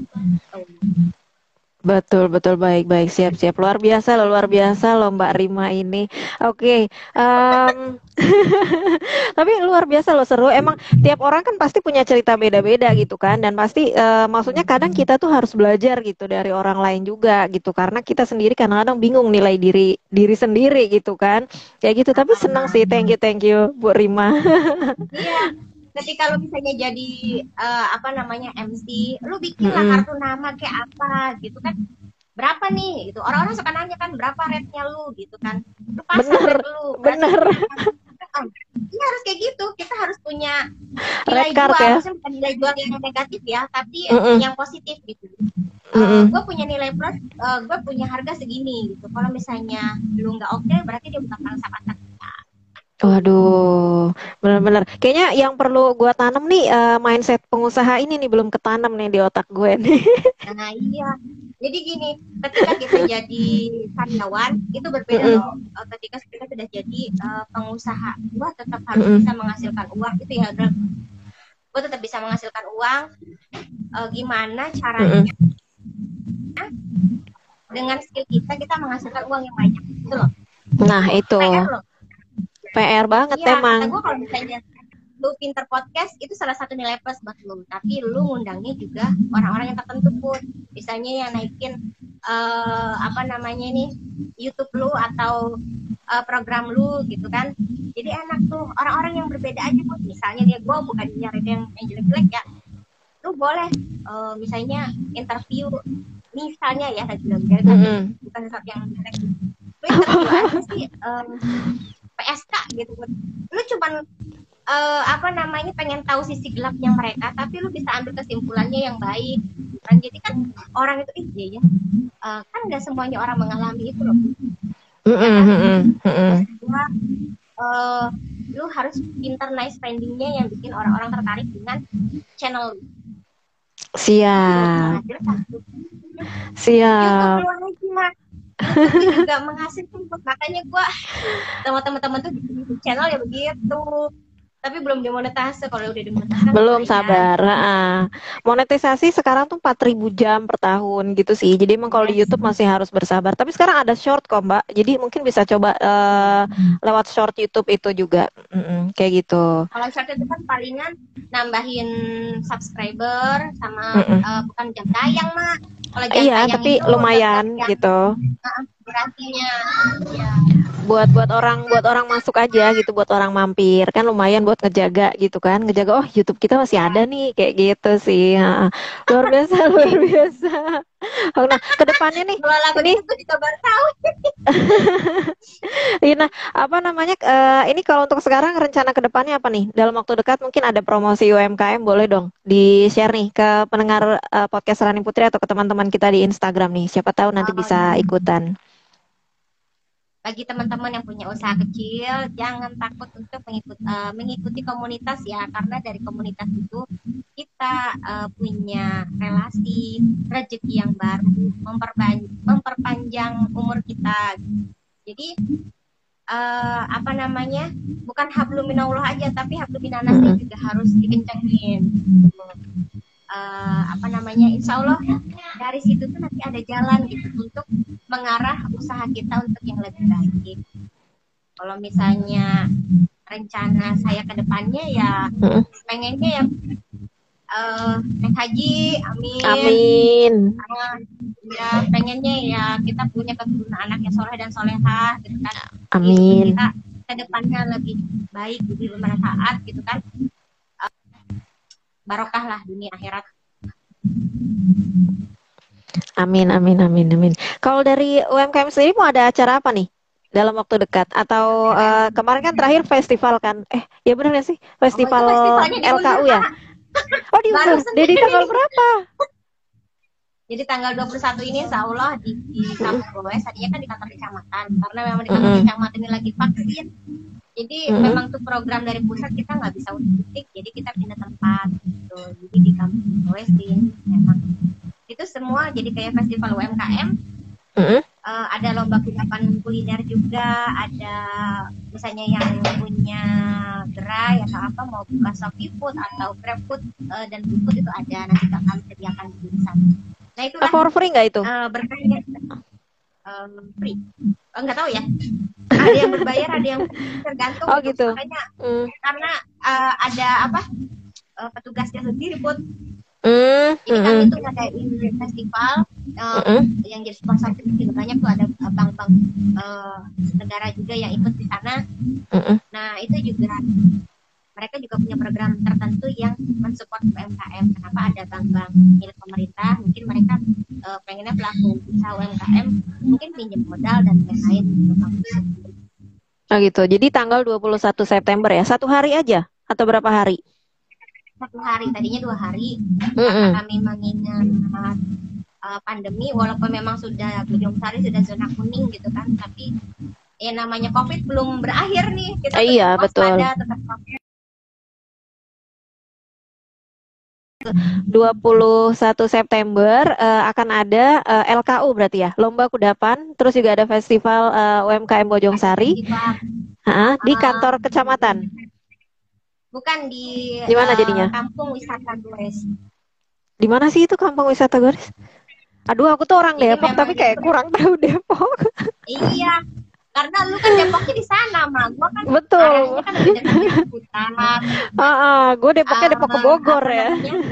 Betul baik siap luar biasa loh Mbak Rima ini. Oke. Tapi luar biasa loh, seru. Emang tiap orang kan pasti punya cerita beda-beda gitu kan, dan pasti maksudnya kadang kita tuh harus belajar gitu dari orang lain juga gitu, karena kita sendiri kadang-kadang bingung nilai diri sendiri gitu kan, kayak gitu. Tapi senang sih, thank you Bu Rima. Iya. Ketika lu misalnya jadi MC, lu bikinlah kartu nama kayak apa gitu kan, berapa nih gitu, orang-orang suka nanya kan berapa rate-nya lu gitu kan, lu pasang rate lu, bener. Ini harus kayak gitu, kita harus punya nilai jual ya? Maksudnya bukan nilai jual yang negatif ya, tapi yang positif gitu. Gue punya nilai plus, gue punya harga segini gitu, kalau misalnya lu nggak oke berarti dia bukan pasang. Waduh, benar-benar. Kayaknya yang perlu gue tanam nih mindset pengusaha ini nih belum ketanam nih di otak gue nih. Nah iya, jadi gini, ketika kita jadi karyawan itu berbeda loh. Ketika kita sudah jadi pengusaha, gue tetap harus bisa menghasilkan uang itu ya. Gue tetap bisa menghasilkan uang. Gimana caranya? Dengan skill kita menghasilkan uang yang banyak, gitu loh. Nah itu. PR banget ya, emang. Kata gue kalau misalnya lu pinter podcast itu salah satu nilai plus buat lu, tapi lu ngundangnya juga orang-orang yang tertentu Pun. Misalnya yang naikin YouTube lu atau program lu gitu kan. Jadi enak tuh orang-orang yang berbeda aja Pun. Misalnya dia gue bukan nyari yang jelek-jelek ya. Lu boleh misalnya interview misalnya ya bukan sesuatu yang jelek. Lu interview aja sih PSK gitu. Lu cuman pengen tahu sisi gelapnya mereka, tapi lu bisa ambil kesimpulannya yang baik kan. Jadi kan orang itu kan nggak semuanya orang mengalami itu loh. Lu harus pinter nice brandingnya yang bikin orang-orang tertarik dengan channel lu. Siap. YouTube lu aja YouTube juga menghasilkan, makanya gue sama teman-teman tuh di YouTube channel ya begitu, tapi belum dimonetase. Kalau udah dimonetase Belum, lumayan. sabar. Monetisasi sekarang tuh 4.000 jam per tahun gitu sih. Jadi emang kalau di Yes. YouTube masih harus bersabar. Tapi sekarang ada short kok, Mbak. Jadi mungkin bisa coba lewat short YouTube itu juga. Kayak gitu. Kalau short itu kan palingan nambahin subscriber sama bukan jam tayang, Mak. Kalau jam Iya, tayang tapi itu lumayan gitu. durasinya. Ya. Buat orang masuk aja gitu, buat orang mampir kan lumayan buat ngejaga gitu kan, ngejaga YouTube kita masih ada nih kayak gitu sih. Luar biasa luar biasa. Nah, kedepannya nih Kalau lagu ini itu juga baru tahu. nah apa namanya ini kalau untuk sekarang rencana kedepannya apa nih dalam waktu dekat? Mungkin ada promosi UMKM, boleh dong di share nih ke pendengar podcast Rani Putri atau ke teman-teman kita di Instagram nih, siapa tahu nanti bisa ikutan. Bagi teman-teman yang punya usaha kecil, jangan takut untuk mengikuti komunitas ya, karena dari komunitas itu kita punya relasi, rezeki yang baru, memperpanjang umur kita. Jadi bukan hablum minallah aja, tapi hablum minannasnya juga harus dikencengin. Insya Allah dari situ tuh nanti ada jalan gitu untuk mengarah usaha kita untuk yang lebih baik. Kalau misalnya rencana saya ke depannya ya pengennya ya naik haji, amin. Amin. Ya pengennya ya kita punya keturunan anak yang soleh dan solehah gitu kan. Amin. Kita ke depannya lebih baik, lebih bermanfaat gitu kan. Barokah lah dunia akhirat. Amin, amin, amin, amin. Kalau dari UMKM sendiri mau ada acara apa nih dalam waktu dekat? Atau kemarin kan terakhir festival kan? Ya benar nggak sih? Festival LKU ya? Oh diundur. Jadi tanggal berapa? Jadi tanggal 21 ini insya Allah di kampus Goes, tadinya kan di kantor kecamatan. Karena memang di kantor kecamatan ini lagi vaksin. Jadi memang tuh program dari pusat kita nggak bisa utik, jadi kita pindah tempat gitu. Jadi di kampus Goes ini memang itu semua jadi kayak festival UMKM. Ada lomba kudapan kuliner juga, ada misalnya yang punya gerai atau apa mau buka Shopee Food atau Grab Food dan food itu ada, nanti kami sediakan di sana. Nah itu for free nggak itu? Berkaitan free, nggak tahu ya. Ada yang berbayar, ada yang tergantung. Oh gitu. Makanya karena ada petugasnya sendiri pun. Jadi kami tuh ngadain festival yang jadi sponsor juga banyak tuh, ada bank-bank negara juga yang ikut di sana. Nah itu juga mereka juga punya program tertentu yang mensupport UMKM. Kenapa ada bank-bank milik pemerintah? Mungkin mereka pengennya pelaku usaha UMKM mungkin pinjam modal dan lain-lain gitu. Oh gitu. Jadi tanggal 21 September ya. Satu hari aja atau berapa hari? 1 hari, tadinya 2 hari. Karena kami mengingat pandemi, walaupun memang sudah Bojong Sari sudah zona kuning gitu kan, tapi ya namanya COVID belum berakhir nih. Kita iya betul. Tetap 21 September akan ada LKU berarti ya, lomba kudapan, terus juga ada festival UMKM Bojong Sari di kantor kecamatan. Bukan di mana jadinya? Kampung Wisata Goes. Di mana sih itu Kampung Wisata Goes? Aduh, aku tuh orang Depok tapi kayak kurang tahu Depok. Iya, karena lu kan Depoknya di sana, mah. Gua kan betul. Kan lebih dekat di Putar. Gue Depoknya Depok ke Bogor ya.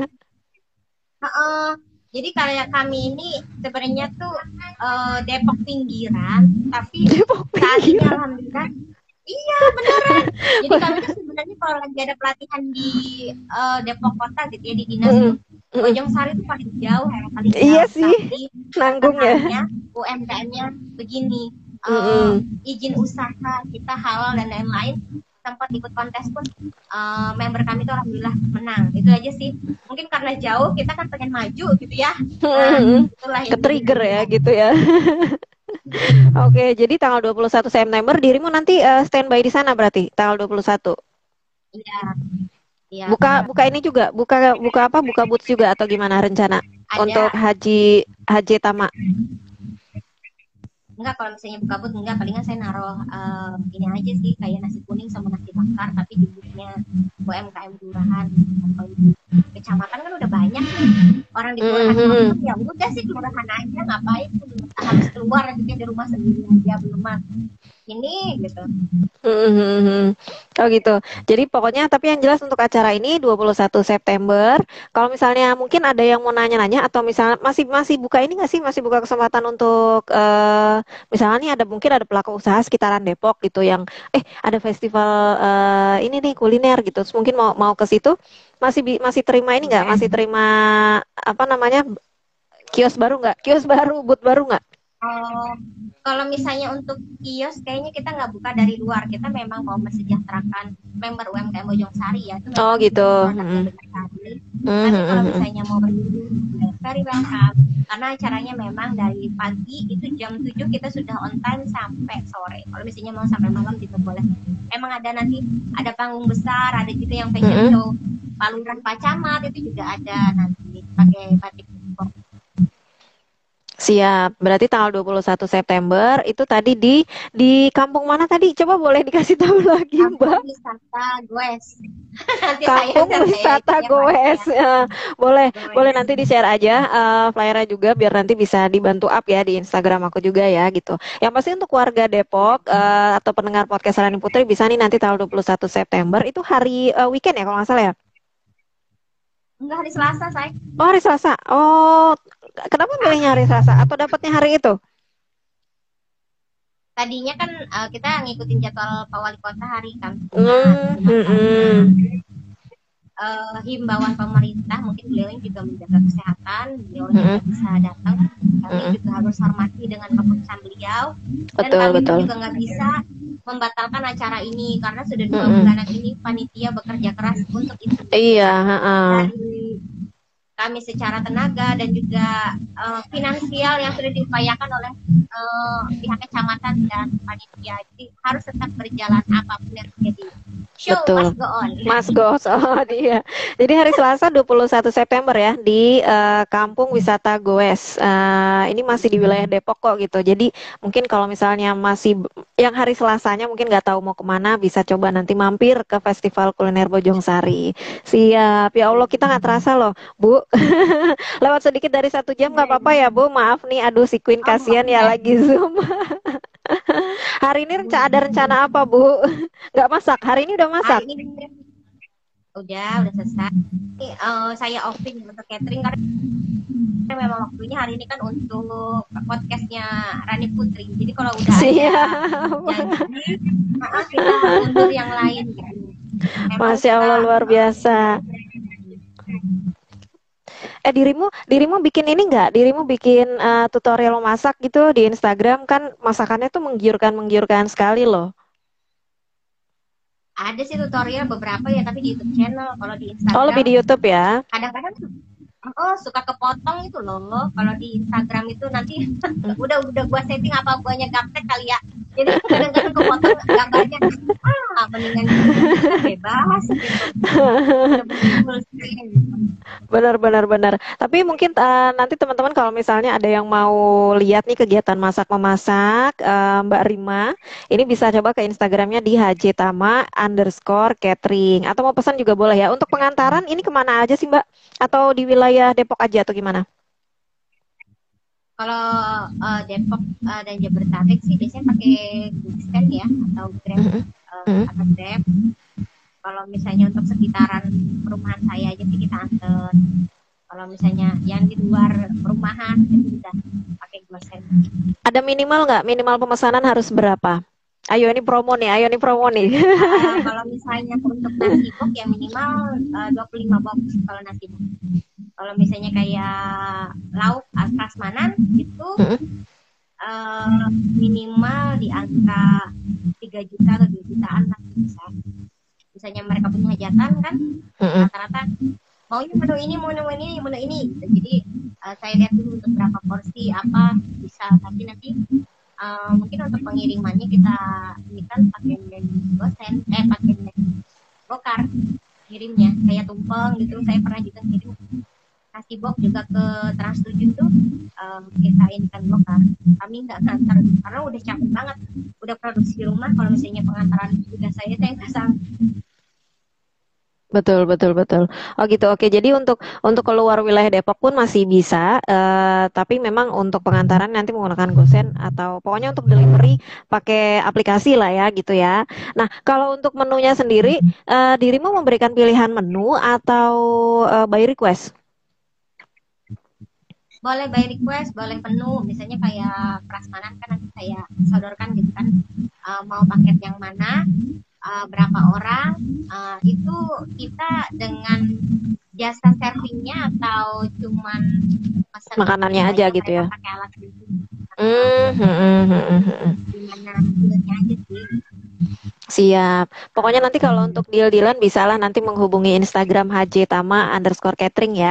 Jadi kayak kami ini sebenarnya tuh Depok pinggiran, tapi saat ini alhamdulillah. Iya beneran. Jadi kami tuh sebenarnya kalau lagi ada pelatihan di Depok kota gitu ya, di dinas tuh Bojong Sari itu paling jauh, paling jauh. Iya sih. Nanggung ya. UMKM-nya begini, izin usaha kita halal dan lain-lain. Sempat ikut kontes pun member kami itu alhamdulillah menang. Itu aja sih. Mungkin karena jauh kita kan pengen maju gitu ya. Itulah ke-trigger ya gitu ya. Oke, jadi tanggal 21 September dirimu nanti standby di sana berarti tanggal 21. Iya. Ya, buka ini juga, buka booth juga atau gimana rencana untuk haji Tama? Enggak, kalau misalnya buka but enggak, palingan saya naruh ini aja sih, kayak nasi kuning sama nasi bakar, tapi jumlahnya UMKM kelurahan atau di kecamatan kan udah banyak nih. Orang di kelurahan nonton, ya udah sih kelurahan aja, ngapain harus keluar gitu di rumah sendiri aja, belum ini gitu. Oh gitu. Jadi pokoknya tapi yang jelas untuk acara ini 21 September. Kalau misalnya mungkin ada yang mau nanya-nanya atau misalnya masih masih buka ini nggak sih? Masih buka kesempatan untuk misalnya nih ada mungkin ada pelaku usaha sekitaran Depok gitu yang ada festival ini nih kuliner gitu. Terus mungkin mau mau ke situ masih terima ini nggak? Masih terima apa namanya? Kios baru nggak? Kios baru, booth baru nggak? Kalau misalnya untuk kios, kayaknya kita nggak buka dari luar. Kita memang mau mensejahterakan member UMKM Bojongsari ya. Itu Oh memang gitu. produknya Bojongsari. Tapi kalau misalnya mau berdiri, very welcome. Karena acaranya memang dari pagi itu jam 7 kita sudah on time sampai sore. Kalau misalnya mau sampai malam juga boleh. Emang ada nanti ada panggung besar, ada juga yang fashion show Paluran Pak Camat itu juga ada nanti pakai batik. Siap, berarti tanggal 21 September itu tadi di kampung mana tadi? Coba boleh dikasih tahu lagi, Mbak? Kampung Wisata Goes. Kampung Wisata Goes. Ya. Boleh, boleh nanti di-share aja flyernya juga biar nanti bisa dibantu up ya di Instagram aku juga ya gitu. Yang pasti untuk warga Depok atau pendengar podcast Rani Putri bisa nih nanti tanggal 21 September itu hari weekend ya kalau nggak salah ya? Enggak, hari Selasa, saya. Oh, hari Selasa. Oh, kenapa milihnya hari Selasa? Atau dapatnya hari itu? Tadinya kan kita ngikutin jadwal Pak Wali Kota hari Kamis. Himbauan pemerintah, mungkin beliau juga menjaga kesehatan, beliau juga bisa datang. Kami juga harus hormati dengan keputusan beliau. Dan kami juga nggak bisa membatalkan acara ini karena sudah 2 bulanan ini panitia bekerja keras untuk itu. Iya. Dari kami secara tenaga dan juga finansial yang sudah diupayakan oleh pihak kecamatan dan panitia. Jadi harus tetap berjalan apapun yang terjadi. Show must go on. Must go on, iya. Jadi hari Selasa 21 September ya di Kampung Wisata Goes. Ini masih di wilayah Depok kok gitu. Jadi mungkin kalau misalnya masih yang hari Selasanya mungkin nggak tahu mau kemana, bisa coba nanti mampir ke Festival Kuliner Bojongsari. Siap. Ya Allah, kita nggak terasa loh, Bu. Lewat sedikit dari 1 jam nggak apa-apa ya, Bu. Maaf nih, aduh si Queen kasihan ya lagi Zoom. Hari ini ada rencana apa, Bu? Nggak masak? Hari ini udah masak? Hari ini udah selesai. Saya offin untuk catering karena memang waktunya hari ini kan untuk podcastnya Rani Putri. Jadi kalau udah ada janji, kita mundur yang lain. Gitu. Masya Allah, luar biasa. Dirimu bikin ini nggak? Dirimu bikin tutorial masak gitu di Instagram kan masakannya tuh menggiurkan sekali loh. Ada sih tutorial beberapa ya, tapi di YouTube channel. Kalau di Instagram. Oh, lebih di YouTube ya? Kadang-kadang suka kepotong itu loh. Kalau di Instagram itu nanti udah gua setting apa guanya gaptek kali ya. Jadi kadang-kadang kepotong gambarnya. Mendingan bebas gitu. Benar. Tapi mungkin nanti teman-teman kalau misalnya ada yang mau lihat nih kegiatan masak memasak Mbak Rima, ini bisa coba ke Instagramnya di _catering atau mau pesan juga boleh ya. Untuk pengantaran ini kemana aja sih Mbak? Atau di wilayah Depok aja atau gimana? Kalau Depok dan Jabodetabek sih biasanya pakai Stand ya atau Grab atau Grab. Kalau misalnya untuk sekitaran perumahan saya aja sih kita antar. Kalau misalnya yang di luar perumahan itu bisa pakai GoSend. Ada minimal nggak? Minimal pemesanan harus berapa? Ayo ini promo nih. Kalau misalnya untuk nasi box ya minimal 25 box kalau nasi box. Kalau misalnya kayak lauk prasmanan itu minimal di angka 3 juta atau 2 jutaan lah bisa. Misalnya mereka punya hajatan kan rata-rata maunya menu ini. Jadi saya lihat dulu untuk berapa porsi apa bisa, tapi nanti mungkin untuk pengirimannya kita kan pakai GoSend, pakai GoCar kirimnya kayak tumpeng gitu. Saya pernah juga kirim kasih box juga ke Trans 7 tuh kita inikan blokar. Kami nggak ngantar karena udah capek banget, udah produksi di rumah. Kalau misalnya pengantaran juga saya nggak sanggup. Betul, betul, betul. Oh gitu. Oke. Jadi untuk keluar wilayah Depok pun masih bisa, tapi memang untuk pengantaran nanti menggunakan GoSend atau pokoknya untuk delivery pakai aplikasi lah ya gitu ya. Nah, kalau untuk menunya sendiri, dirimu memberikan pilihan menu atau by request? Boleh by request, boleh menu, misalnya kayak prasmanan kan nanti saya sodorkan gitu kan, mau paket yang mana, berapa orang, itu kita dengan jasa servingnya atau cuman pesan Makanannya aja aja gitu mereka ya. pakai alat gitu, Hmm, hmm, hmm, hmm, hmm, hmm. gimana dealnya aja sih. Siap. Pokoknya nanti kalau untuk deal-dealan bisalah nanti menghubungi Instagram _Tama_catering ya.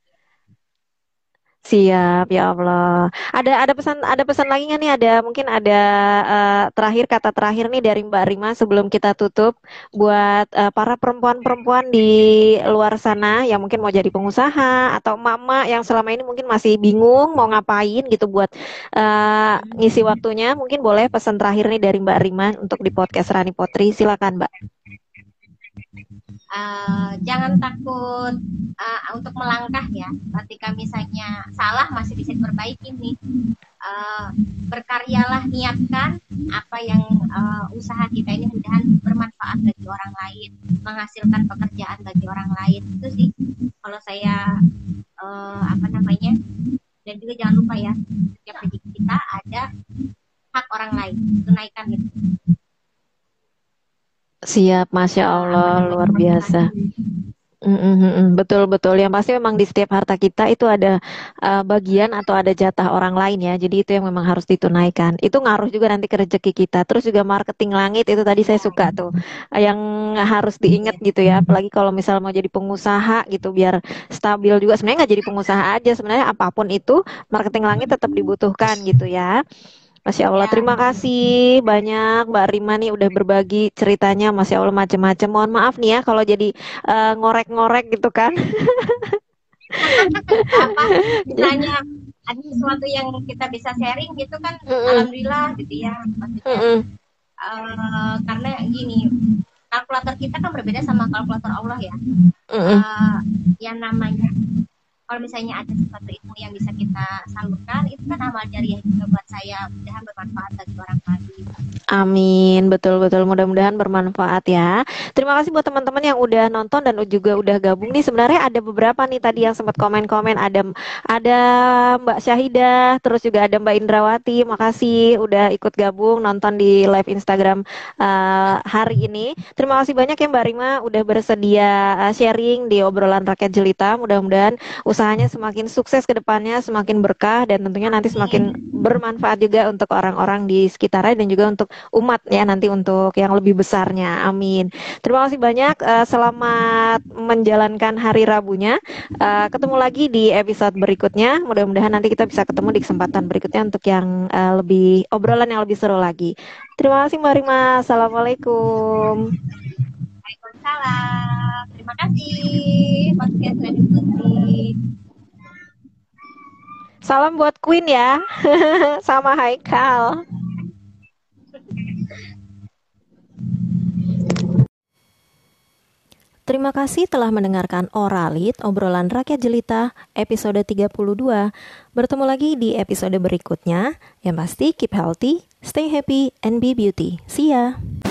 Siap, ya Allah. Ada pesan lagi nggak nih? Ada mungkin ada terakhir kata terakhir nih dari Mbak Rima sebelum kita tutup buat para perempuan-perempuan di luar sana yang mungkin mau jadi pengusaha atau emak-emak yang selama ini mungkin masih bingung mau ngapain gitu buat ngisi waktunya. Mungkin boleh pesan terakhir nih dari Mbak Rima untuk di podcast Rani Potri. Silakan, Mbak. Jangan takut untuk melangkah ya. Ketika misalnya salah masih bisa diperbaiki nih. Berkaryalah, niatkan apa yang usaha kita ini mudahan bermanfaat bagi orang lain, menghasilkan pekerjaan bagi orang lain. Itu sih kalau saya apa namanya. Dan juga jangan lupa ya, setiap rezeki kita ada hak orang lain, tunaikan gitu. Siap, Masya Allah, luar biasa. Betul, betul. Yang pasti memang di setiap harta kita itu ada bagian atau ada jatah orang lain ya. Jadi itu yang memang harus ditunaikan. Itu ngaruh juga nanti ke rezeki kita. Terus juga marketing langit itu tadi saya suka tuh. Yang harus diingat gitu ya. Apalagi kalau misal mau jadi pengusaha gitu biar stabil juga. Sebenarnya nggak jadi pengusaha aja. Sebenarnya apapun itu marketing langit tetap dibutuhkan gitu ya. Masya Allah, Ya, terima kasih banyak Mbak Rima nih udah berbagi ceritanya. Masya Allah macam-macam. Mohon maaf nih ya kalau jadi ngorek-ngorek gitu kan. apa misalnya ada sesuatu yang kita bisa sharing gitu kan, Mm-mm, alhamdulillah gitu ya. Maksudnya mm-mm, karena gini, kalkulator kita kan berbeda sama kalkulator Allah ya. mm-mm. Yang namanya kalau misalnya ada sesuatu ilmu yang bisa kita salurkan, itu kan amal jariah juga buat saya, mudahan bermanfaat bagi orang lain. Amin, betul-betul mudah-mudahan bermanfaat ya. Terima kasih buat teman-teman yang udah nonton dan juga udah gabung nih. Sebenarnya ada beberapa nih tadi yang sempat komen-komen. Ada Mbak Syahidah, terus juga ada Mbak Indrawati. Makasih udah ikut gabung nonton di live Instagram hari ini. Terima kasih banyak ya Mbak Rima udah bersedia sharing di obrolan rakyat jelita. Mudah-mudahan usahanya semakin sukses ke depannya, semakin berkah dan tentunya nanti semakin bermanfaat juga untuk orang-orang di sekitarnya dan juga untuk umat ya nanti untuk yang lebih besarnya. Amin. Terima kasih banyak. Selamat menjalankan hari Rabunya. Ketemu lagi di episode berikutnya. Mudah-mudahan nanti kita bisa ketemu di kesempatan berikutnya untuk yang lebih obrolan yang lebih seru lagi. Terima kasih Mbak Rima. Assalamualaikum. Waalaikumsalam. Terima kasih podcast Rani Putri. Salam buat Queen ya. Sama Haikal. Terima kasih telah mendengarkan Oralit, obrolan rakyat jelita, episode 32. Bertemu lagi di episode berikutnya. Yang pasti, keep healthy, stay happy, and be beauty. See ya!